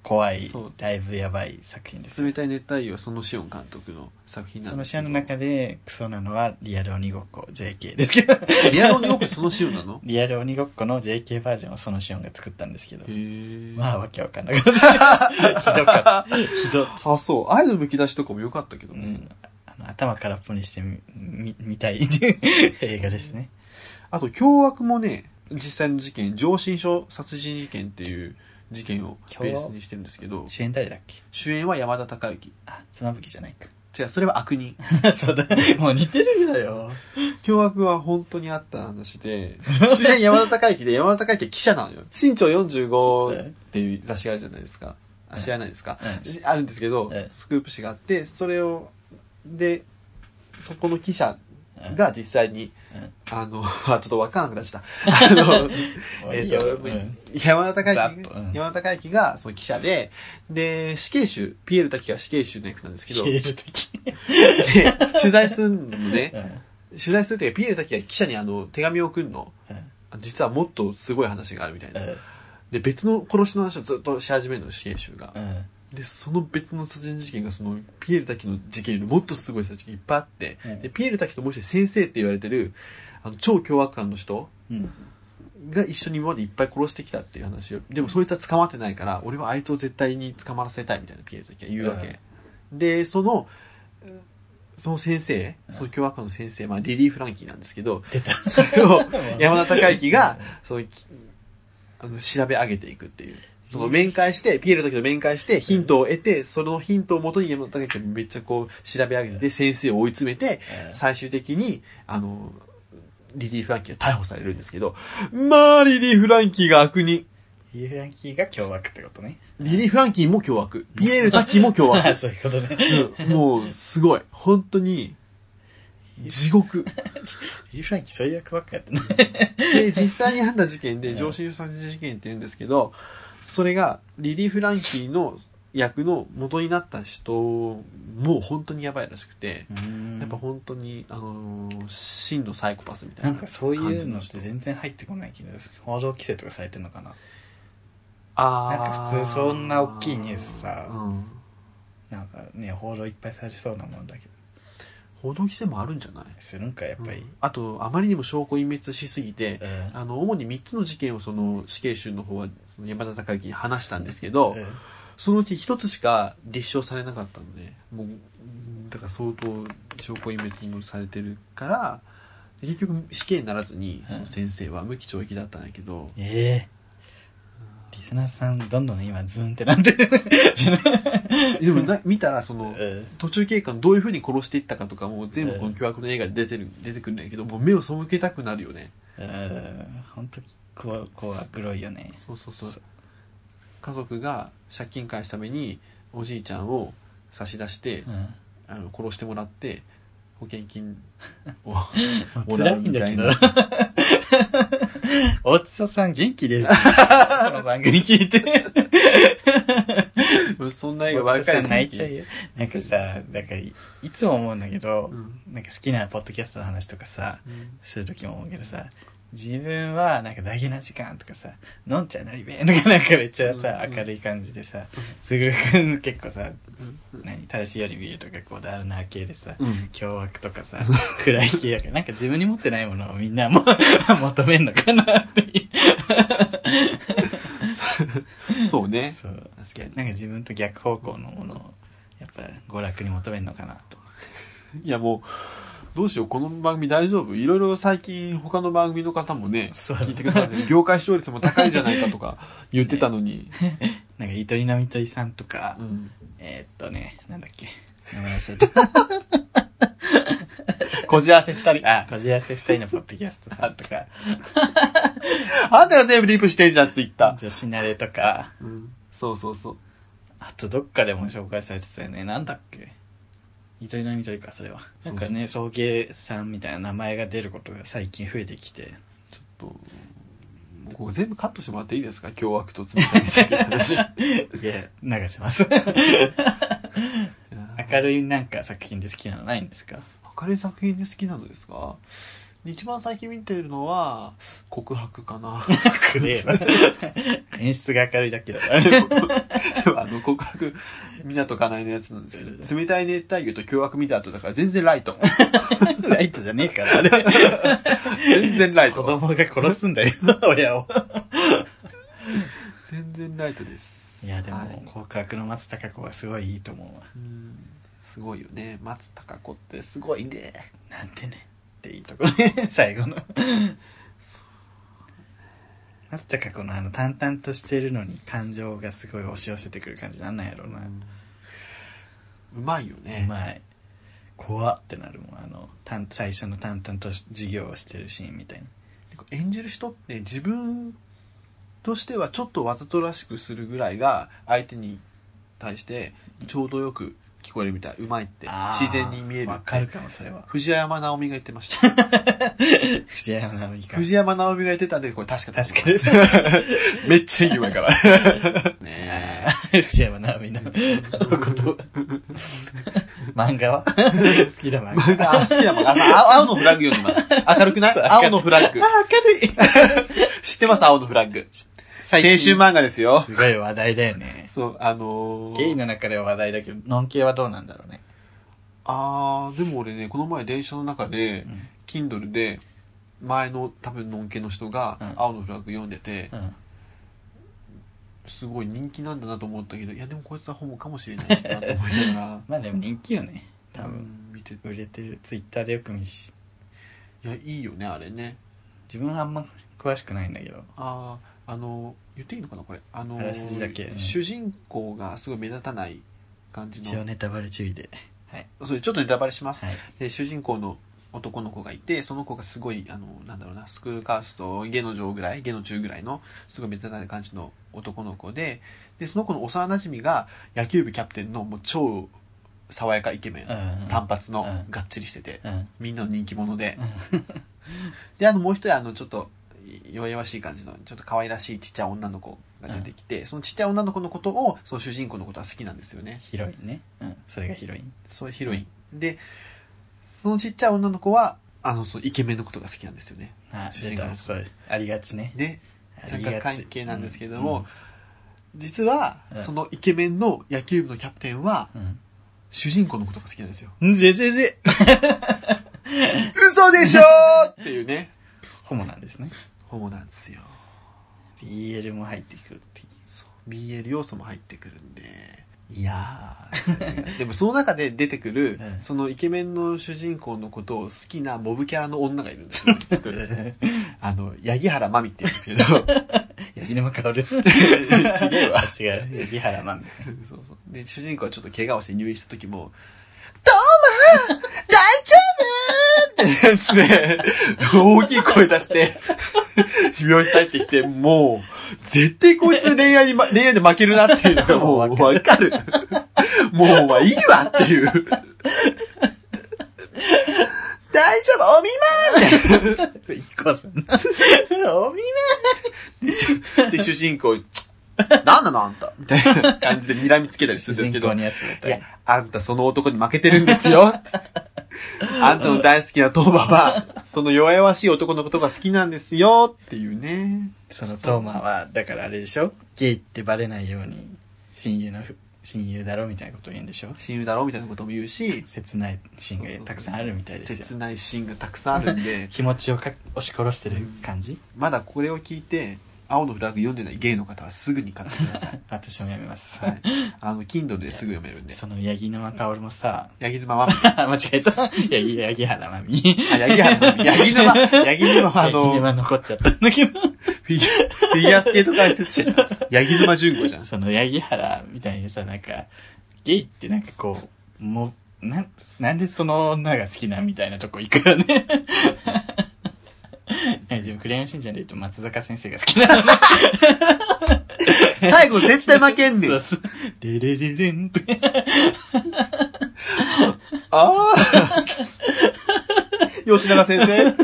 怖いだいぶやばい作品です。 冷たい熱帯魚は園子温監督の作品なんですけど、 そのシオンの中でクソなのはリアル鬼ごっこ ジェーケー ですけどリアル鬼ごっこそのシオンなの？ リアル鬼ごっこの ジェーケー バージョンをそのシオンが作ったんですけど、 へー、 まあわけわかんなかったひどかったひどあ、そう愛のむき出しとかも良かったけどね、うん、 あの頭空っぽにしてみみ見たい映画ですね。 あと凶悪もね、実際の事件、上申書殺人事件っていう事件をベースにしてるんですけど、 主演誰だっけ？ 主演は山田孝之。 あ、妻夫木じゃないか。 違う、それは悪人そうだ、もう似てるよよ。 凶悪は本当にあった話で、主演山田孝之で、山田孝之は記者なのよ。新潮よんじゅうごっていう雑誌があるじゃないですか。あ、知らないですか、うん、あるんですけど、うん、スクープ誌があって、それをでそこの記者が実際に、うん、あの、ちょっとわからなくなっちゃった。あの、えっと、うん、山田孝之、うん、山田孝之がその記者で、で、死刑囚、ピエール滝が死刑囚の役なんですけど、 ピエール滝で、取材するのね、うん、取材するときはピエール滝が記者にあの、手紙を送るの、うん、実はもっとすごい話があるみたいな。うん、で、別の殺しの話をずっとし始めるの、死刑囚が。うんで、その別の殺人事件がそのピエール滝の事件よりもっとすごい殺人がいっぱいあって、うん、でピエール滝ともう一人先生って言われてるあの超凶悪犯の人が一緒に今までいっぱい殺してきたっていう話を、でもそいつは捕まってないから俺はあいつを絶対に捕まらせたいみたいなピエール滝が言うわけ、うん、でそのその先生、その凶悪犯の先生、まあリリー・フランキーなんですけど、それを山田孝之がそのあの調べ上げていくっていう。その面会して、ピエールの時と面会して、ヒントを得て、そのヒントをもとに山田孝之がめっちゃこう、調べ上げて、先生を追い詰めて、最終的に、あの、リリー・フランキーが逮捕されるんですけど、まあ、リリー・フランキーが悪人。 リリー・フランキーが凶悪ってことね。 リリー・フランキーも凶悪。ピエール滝も凶悪。 そういうことね。 うん、もう、すごい。本当に、地獄。 リリー・フランキーそういう役ばっかやってね。 で、実際にあった事件で、上申書殺人事件って言うんですけど、それがリリー・フランキーの役の元になった人も本当にやばいらしくて、やっぱ本当にあのー、真のサイコパスみたいな。 なんかそういうのって全然入ってこない気がする。報道規制とかされてるのかな。 ああ。なんか普通そんな大きいニュースさ、 うん、 なんかね報道いっぱいされそうなもんだけど。 報道規制もあるんじゃない？ するんかやっぱり、うん、 あとあまりにも証拠隠滅しすぎて、 うん、 あの主にみっつの事件をその死刑囚の方はその山田孝之に話したんですけど、うん、そのうちひとつしか立証されなかったので、もうだから相当証拠隠滅もされてるから結局死刑にならずにその先生は無期懲役だったんだけど、 うん、ええーリスナーさんどんどん今ズーンってなんででもな見たらその、うん、途中経過のどういう風に殺していったかとかも全部この凶悪の映画で出てる、うん、出てくるんだけど、もう目を背けたくなるよね。 本当怖怖黒いよね。 そうそうそう。家族が借金返すためにおじいちゃんを差し出して、うん、あの殺してもらって保険金をもらうみたいな。 大津佐さん元気出るこの番組聞いてそんな映画ばっかり泣いちゃうよ。なんかさ、だから い, いつも思うんだけど、うん、なんか好きなポッドキャストの話とかさ、うん、するときも思うけどさ、自分はなんか大事な時間とかさ、のんちゃんなりべとかなんかめっちゃさ、うん、明るい感じでさ、すぐ結構さ、うん、何正しいより見るとかこうダウナー系でさ、うん、凶悪とかさ、暗い系やからなんか自分に持ってないものをみんなも求めんのかなっていうそうね。 そう。確かになんか自分と逆方向のものをやっぱ娯楽に求めんのかなと。 いやもう。どうしようこの番組大丈夫？いろいろ最近他の番組の方もね聞いてくださって業界視聴率も高いじゃないかとか言ってたのに、 ね、なんか糸井波といさんとか、うん、えー、っとねなんだっけ名前忘れたこじあせふたりあこじあせふたりのポッドキャストさんとかあんたが全部リープしてんじゃんツイッター女子慣れとか、 うん、そうそうそうあとどっかでも紹介されてたよねなんだっけ糸井波というかそれはなんかね送迎さんみたいな名前が出ることが最近増えてきてちょっとここ全部カットしてもらっていいですか凶悪とつながって話いや流します明るいなんか作品で好きなのないんですか？ 明るい作品で好きなのですか？ 一番最近見てるのは告白かな。 くれよ演出が明るいだけだあの告白港かなえのやつなんですけど、冷たい熱帯魚と凶悪見た後だから全然ライトライトじゃねえからあれ全然ライト。 子供が殺すんだよ親を全然ライトです。 いやでも、 はい、 告白の松たか子はすごいいいと思うわ。 うん、すごいよね。松たか子ってすごいね。 なんてねっていいところね最後の松たか子のあの淡々としてるのに感情がすごい押し寄せてくる感じなんなんやろうな、うん、 うまいよね。 うまい。怖ってなるもん、あの最初の淡々と授業をしてるシーンみたいな。 演じる人って自分としてはちょっとわざとらしくするぐらいが相手に対してちょうどよく聞こえるみたい。うまいって自然に見える。 わかるかもそれは。 藤山直美が言ってました藤山直美か。 藤山直美が言ってたんでこれ確かだ確かにめっちゃいい前からねえ藤山直美のこと漫画は好きだ漫画。 漫画好きだ漫画。青のフラッグ読んでます。明るくない青のフラッグ。 あ、明るい知ってます青のフラッグ。青春漫画ですよ。 すごい話題だよね。 そう、あのー、 ゲイの中では話題だけど、ノン系はどうなんだろうね。 あー、でも俺ね、この前電車の中で、うん、Kindle で、前の多分ノン系の人が、青のフラッグ読んでて、うん、すごい人気なんだなと思ったけど、いやでもこいつはホモかもしれないしなと思いながら。 まあでも人気よね。多分、うん、見て売れてる。ツイッターでよく見るし。 いや、いいよね、あれね。 自分はあんま詳しくないんだけど。 あー。あの言っていいのかなこれ、あのあらすじだけ、 うん、主人公がすごい目立たない感じの。 一応ネタバレ注意で、 はい、それちょっとネタバレします、 はい、 で主人公の男の子がいて、その子がすごいあのなんだろうなスクールカースト下の上ぐらい下の中ぐらいのすごい目立たない感じの男の子で、でその子の幼馴染が野球部キャプテンのもう超爽やかイケメン、うんうん、単発の、うん、がっちりしてて、うん、みんなの人気者で、うん、であのもう一人あのちょっと弱々しい感じのちょっと可愛らしいちっちゃい女の子が出てきて、うん、そのちっちゃい女の子のことをその主人公のことは好きなんですよね。 ヒロインね、うん、それがヒロイン。 そうヒロイン、うん、でそのちっちゃい女の子はあのそのイケメンのことが好きなんですよね。 あ主人公のそうありがちね。 で三角関係なんですけども、うん、実は、うん、そのイケメンの野球部のキャプテンは、うん、主人公のことが好きなんですよ。 ジェジェジェ嘘でしょっていうね。 ホモなんですね。 ホモなんですよ。 ビーエル も入ってくるっていう。 そう ビーエル 要素も入ってくるんで、いやーでもその中で出てくる、うん、そのイケメンの主人公のことを好きなモブキャラの女がいるんですよ、ね、一人あの八木原真美って言うんですけど八木沼薫違うわ違う八木原真美そうそうで主人公はちょっと怪我をして入院した時もトーマ大丈夫ってやつで大きい声出して病室入ってきて、もう絶対こいつ恋愛に、ま、恋愛で負けるなっていうのがもうわかるもうまあいいわっていう大丈夫お見舞いみたいな一個さんお見舞いで主人公なんなのあんたみたいな感じで睨みつけたりするんですけど、いやあんたその男に負けてるんですよあんたの大好きなトーマはその弱々しい男のことが好きなんですよっていうね。 そのトーマはだからあれでしょ、ゲイってバレないように親友の親友だろみたいなことを言うんでしょ。 親友だろみたいなことも言うし、 切ないシーンがたくさんあるみたいですよ。 切ないシーンがたくさんあるんで気持ちをか押し殺してる感じ、うん、 まだこれを聞いて青のフラッグ読んでないゲイの方はすぐに買ってください私も読みます、 はい、あの Kindle ですぐ読めるんで。 その八木沼薫もさ八木沼まみ間違えた八木八木原まみあ八木原まみ八木沼八木沼はあの八木沼残っちゃったんだけどフィギュアフィギュアスケート解説者じゃん八木沼純子じゃん。 その八木原みたいにさ、なんかゲイってなんかこうもうななんでその女が好きなみたいなとこ行くよね自分クレヨンしんちゃんで言うと松坂先生が好きなのね最後絶対負けんねん。 そうそうデレレレンってああ吉永先生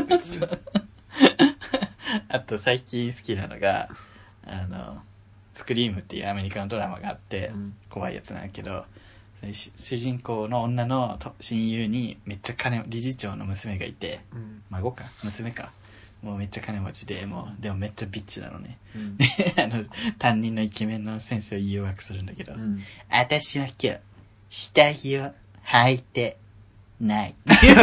あと最近好きなのがあのスクリームっていうアメリカのドラマがあって、うん、怖いやつなんだけど、 し主人公の女のと親友にめっちゃ金理事長の娘がいて、 うん孫か娘かもうめっちゃ金持ちでもうでもめっちゃビッチなのね、 うん、 あの担任のイケメンの先生を誘惑するんだけど、 うん、 私は今日下着を履いてない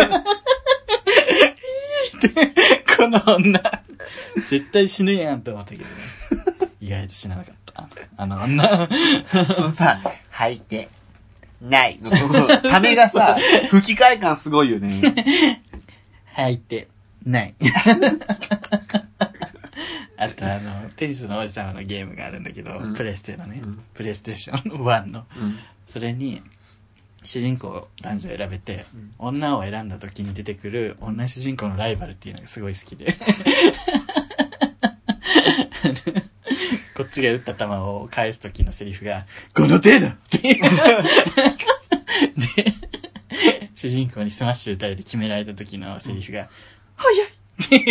この女絶対死ぬやんと思ったけどね意外と死ななかったあの女そのさ履いてないのそのためがさ吹き替え感すごいよね履いてないあとあのテニスの王子様のゲームがあるんだけど、うん、プレステのね、うん、プレイステーションワンの、うん、それに主人公男女選べて、うん、女を選んだ時に出てくる女主人公のライバルっていうのがすごい好きでこっちが打った球を返す時のセリフがこの程度っていうで主人公にスマッシュ打たれて決められた時のセリフが、うん、早いって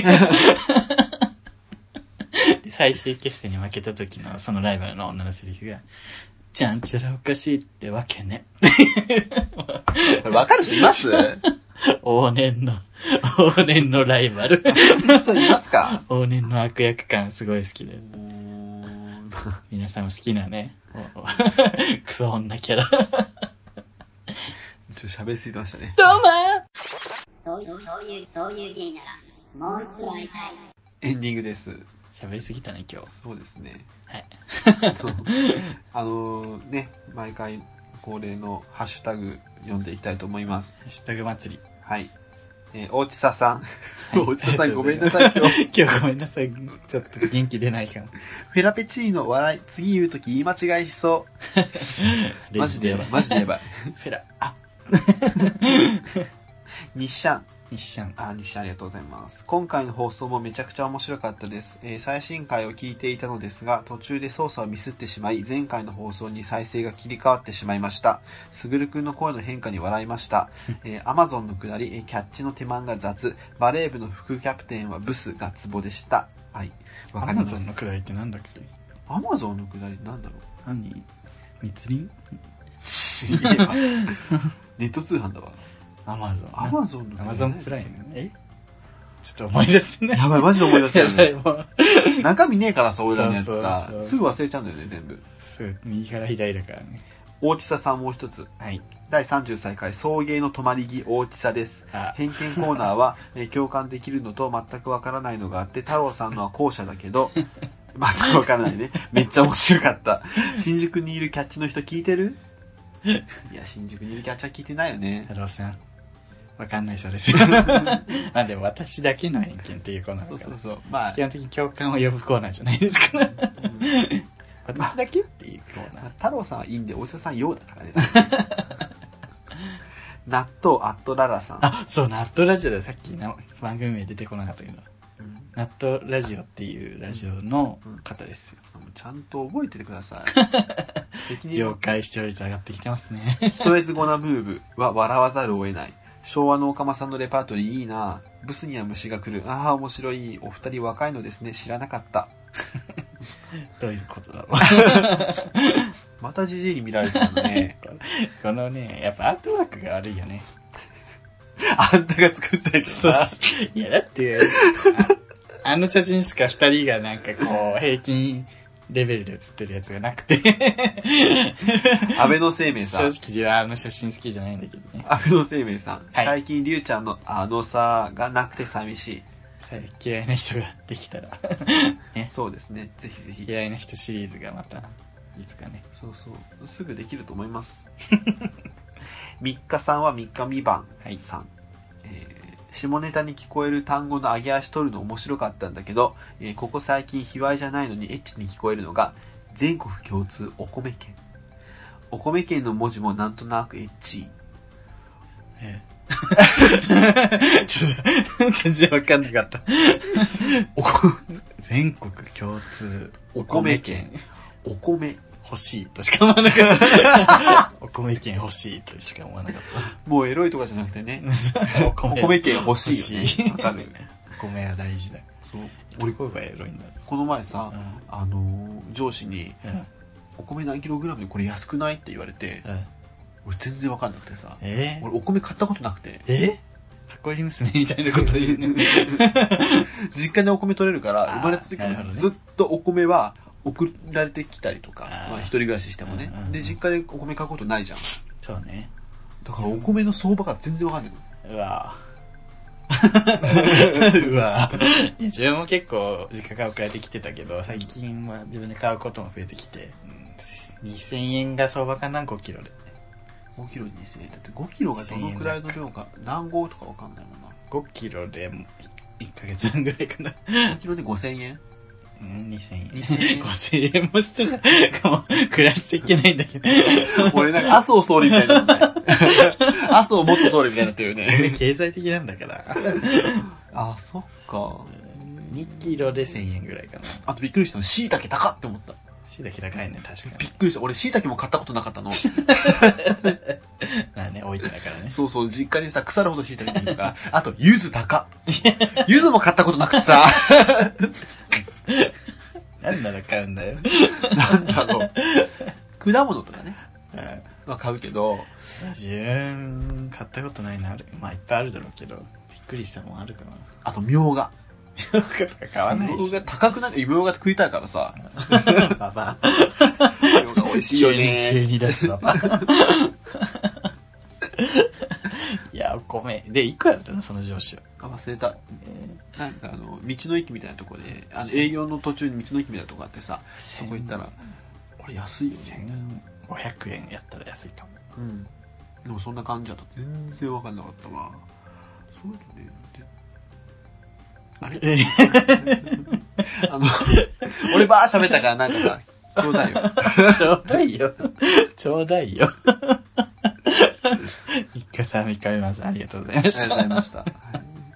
で最終決戦に負けた時のそのライバルの女のセリフがちゃんちゃらおかしいってわけねわかる人います往年の往年のライバル人いますか往年の悪役感すごい好きで皆さんも好きなねクソ女キャラちょっと喋りすぎてましたねどうもそういうそういうそういう芸ならもう一度会いたいエンディングです。 喋りすぎたね今日。 そうですね。 はい。 あのね毎回恒例のハッシュタグ読んでいきたいと思います。 ハッシュタグ祭り。 はい。えー、大地佐さん。はい、大地佐さんごめんなさい今日。 今日ごめんなさい。ちょっと元気出ないから。 フェラペチーノ笑い次言うとき言い間違いしそう。マジでやばい。マジでやばい。 フェラあ。 日シャン。 日シャン。 あ、日シャンありがとうございます。今回の放送もめちゃくちゃ面白かったです。えー、最新回を聞いていたのですが、途中で操作をミスってしまい、前回の放送に再生が切り替わってしまいました。すぐるくんの声の変化に笑いました。えー、Amazon のくだり、えー、キャッチの手間が雑、バレー部の副キャプテンはブスがツボでした。はい。 わかります。Amazon のくだりってなんだっけ？ Amazon のくだりなんだろう？ 何？密林？ ネット通販だわ。 アマゾン。 アマゾンの。 アマゾンプライム。え？ちょっと思い出すね。 やばい、マジで思い出すよね。中身ねえからさ、俺らのやつさ、すぐ忘れちゃうんだよね、全部。 すぐ、右から左だからね。 大地佐さんもう一つ。 はい。 だいさんじゅうさんかい、送迎の泊まり木大地佐です。偏見コーナーは、えー、共感できるのと全くわからないのがあって、太郎さんのは後者だけど、全くわからないね。めっちゃ面白かった。新宿にいるキャッチの人聞いてる？いや、新宿にいるキャッチは聞いてないよね。 太郎さん。わかんないそうですよ。まあでも私だけの偏見っていうコーナーだから。 そうそうそう。まあ。 基本的に共感を呼ぶコーナーじゃないですから。うん、私だけっていうコーナー。まあ、 太郎さんはいいんで、お医者さんようだからね。納豆アットララさん。 あ、そう、納豆ラジオでさっきの番組名出てこなかったけど。うん、納豆ラジオっていうラジオの方ですよ。 うんうん、ちゃんと覚えててください。 業界視聴率上がってきてますね。 ひとえずごなムーブは笑わざるを得ない。昭和のおかまさんのレパートリーいいな。ブスには虫が来る。ああ、面白い。お二人若いのですね。知らなかった。 どういうことだろう。 またジジイに見られてるのね。 このね、やっぱアートワークが悪いよね。 あんたが作ったやつさ。 いや、だって、あ, あの写真しか二人がなんかこう、平均レベルで写ってるやつがなくて。 安倍の生命さん。 正直自分はあの写真好きじゃないんだけどね。 安倍の生命さん。はい、最近りゅうちゃんのあのさがなくて寂しい。 嫌いな人ができたら、 ね。そうですね。ぜひぜひ。 嫌いな人シリーズがまた、いつかね。 そうそう。すぐできると思います。三日さんは三日三晩さん。はい、えー下ネタに聞こえる単語の上げ足取るの面白かったんだけど、えー、ここ最近卑猥じゃないのにエッチに聞こえるのが全国共通お米券。お米券の文字もなんとなくエッチ。 ええ、ちょっと全然わかんなかった。お全国共通お米券。お米欲しいとしか思わなかったお米券欲しいとしか思わなかったもうエロいとかじゃなくてねお米券欲しいよね。わかる。 お米は大事だ。 そう俺声がエロいんだ。 この前さ、うん、あのー、上司に、うん、お米何キログラムでこれ安くないって言われて、 俺全然わかんなくてさ、 えー、 俺お米買ったことなくて、 え箱入り娘みたいなこと言うね実家でお米取れるから生まれた時からずっとお米は送られてきたりとか、まあ、一人暮らししてもね、うんうんうん、で実家でお米買うことないじゃん。 そうね。 だからお米の相場が全然わかんない。 うわうわ自分も結構実家から送られてきてたけど、最近は自分で買うことも増えてきて、うん、にせんえんが相場かな。ごキロでごキロにせんえんだって、ごキロがどのくらいの量か何合とかわかんないもんな。 ごキロでいっかげつはんぐらいかな。 ごキロでごせんえんうん、にせんえん。にせんえんごせんえんもしてないかも。暮らしていけないんだけど。 俺なんか麻生総理みたいになってない麻生元総理みたいになってるよね。 経済的なんだから。 あ、そっか。 にキロでせんえんぐらいかな。 あとびっくりしたの、椎茸高って思った。 椎茸高いね、確かに。 びっくりした。俺椎茸も買ったことなかったの。 まあね、置いてないからね。 そうそう、実家にさ、腐るほど椎茸いるから。あと、柚子高。柚子も買ったことなくてさ。 なんなら買うんだよ。 なんだろう。果物とかね。 うん。 まあ買うけど。 自分、買ったことないな。まあいっぱいあるだろうけど、びっくりしたもんあるかな。 あと、みょうが。 みょうがとか買わないし。 みょうが高くない？みょうが食いたいからさ。 ババみょうが美味しいよね。 急に出すババいや、お米。で、いくらだったのその上司は。 あ、忘れた。えー、なんかあの、道の駅みたいなところで、あの営業の途中に道の駅みたいなとこあってさ、そこ行ったら、これ安いよね。 せんごひゃくえんやったら安いかも。 うん。でもそんな感じだと全然わかんなかったわ。そうだね。あれあの、俺ばー喋ったからなんかさ、ちょうだいよ。 ちょうだいよ。ちょうだいよ。みっかさんみっかめます。ありがとうございました。 ありがとうございました。はい、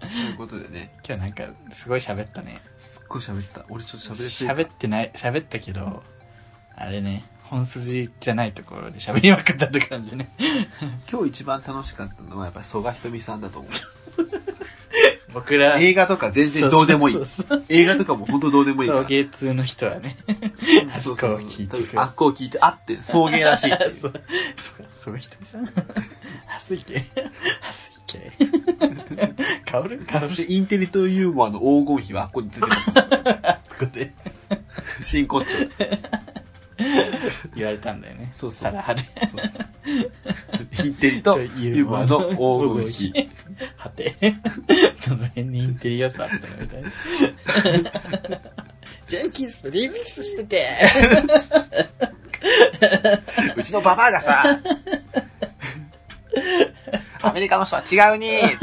ということでね。 今日なんかすごい喋ったね。 すっごい喋った。俺ちょっと喋りすぎた。喋ってない、喋ったけど、あれね、本筋じゃないところで喋りまくったって感じね。 今日一番楽しかったのはやっぱり曽我ひとみさんだと思う。 僕ら映画とか全然どうでもいい。そうそうそうそう映画とかも本当どうでもいいから。 送迎通の人はね、あそこを聞いてくる。 あっこを聞いて、あって送迎らしいっていう。 そう、そう、ひとみさん。はすいけ。はすいけ。かおるかおる。 インテリとユーモアの黄金比はあっこに出てます。 あっこで。 真骨頂。 言われたんだよね。 そうそう。 サラハで。 そうそう。インテリとユーモアの黄金比。 はて。どの辺にインテリ良さあったのみたいな。ジェンキンスとリミックスしてて。 うちのババアがさ、アメリカの人は違うにー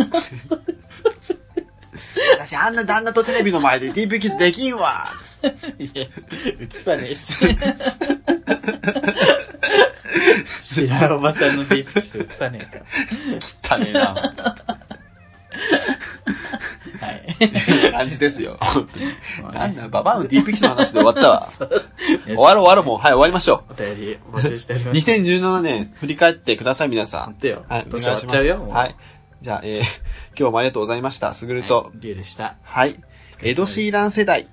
私あんな旦那とテレビの前でディープキスできんわいや、映さねえし。知らんおばさんのディープキス映さねえから。汚ねえな。 はい。 感じですよ。本当に。なんだ、ババアのディープキスの話で終わったわ。終わろう終わろうもう。はい、終わりましょう。お便り募集しております。 にせんじゅうななねん振り返ってください、皆さん。 本当よ。 はい、 年終わっちゃうよ。 はい。じゃあ、えー、今日もありがとうございました。すぐると。 リュウでした。 はい。エド・シーラン世代。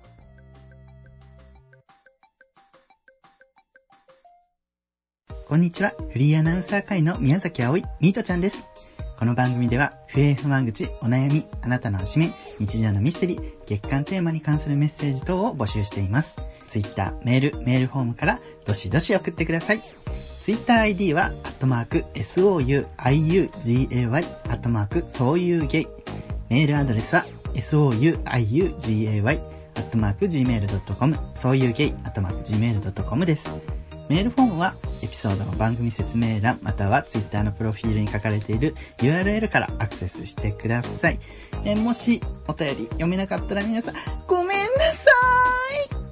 こんにちは。フリーアナウンサー会の宮崎葵、ミートちゃんです。この番組では、不平不満口、お悩み、あなたのおしめ、日常のミステリー、月間テーマに関するメッセージ等を募集しています。ツイッター、メール、メールフォームからどしどし送ってください。ツイッター アイディー は、アットマーク、ソウガイ、アットマーク、そういうゲイ。メールアドレスは、ソウガイ、アットマーク、ジーメールドットコム、そういうゲイ、アットマーク、ジーメールドットコム です。メールフォームはエピソードの番組説明欄または Twitter のプロフィールに書かれている ユーアールエル からアクセスしてください。えもしお便り読めなかったら皆さんごめんなさい。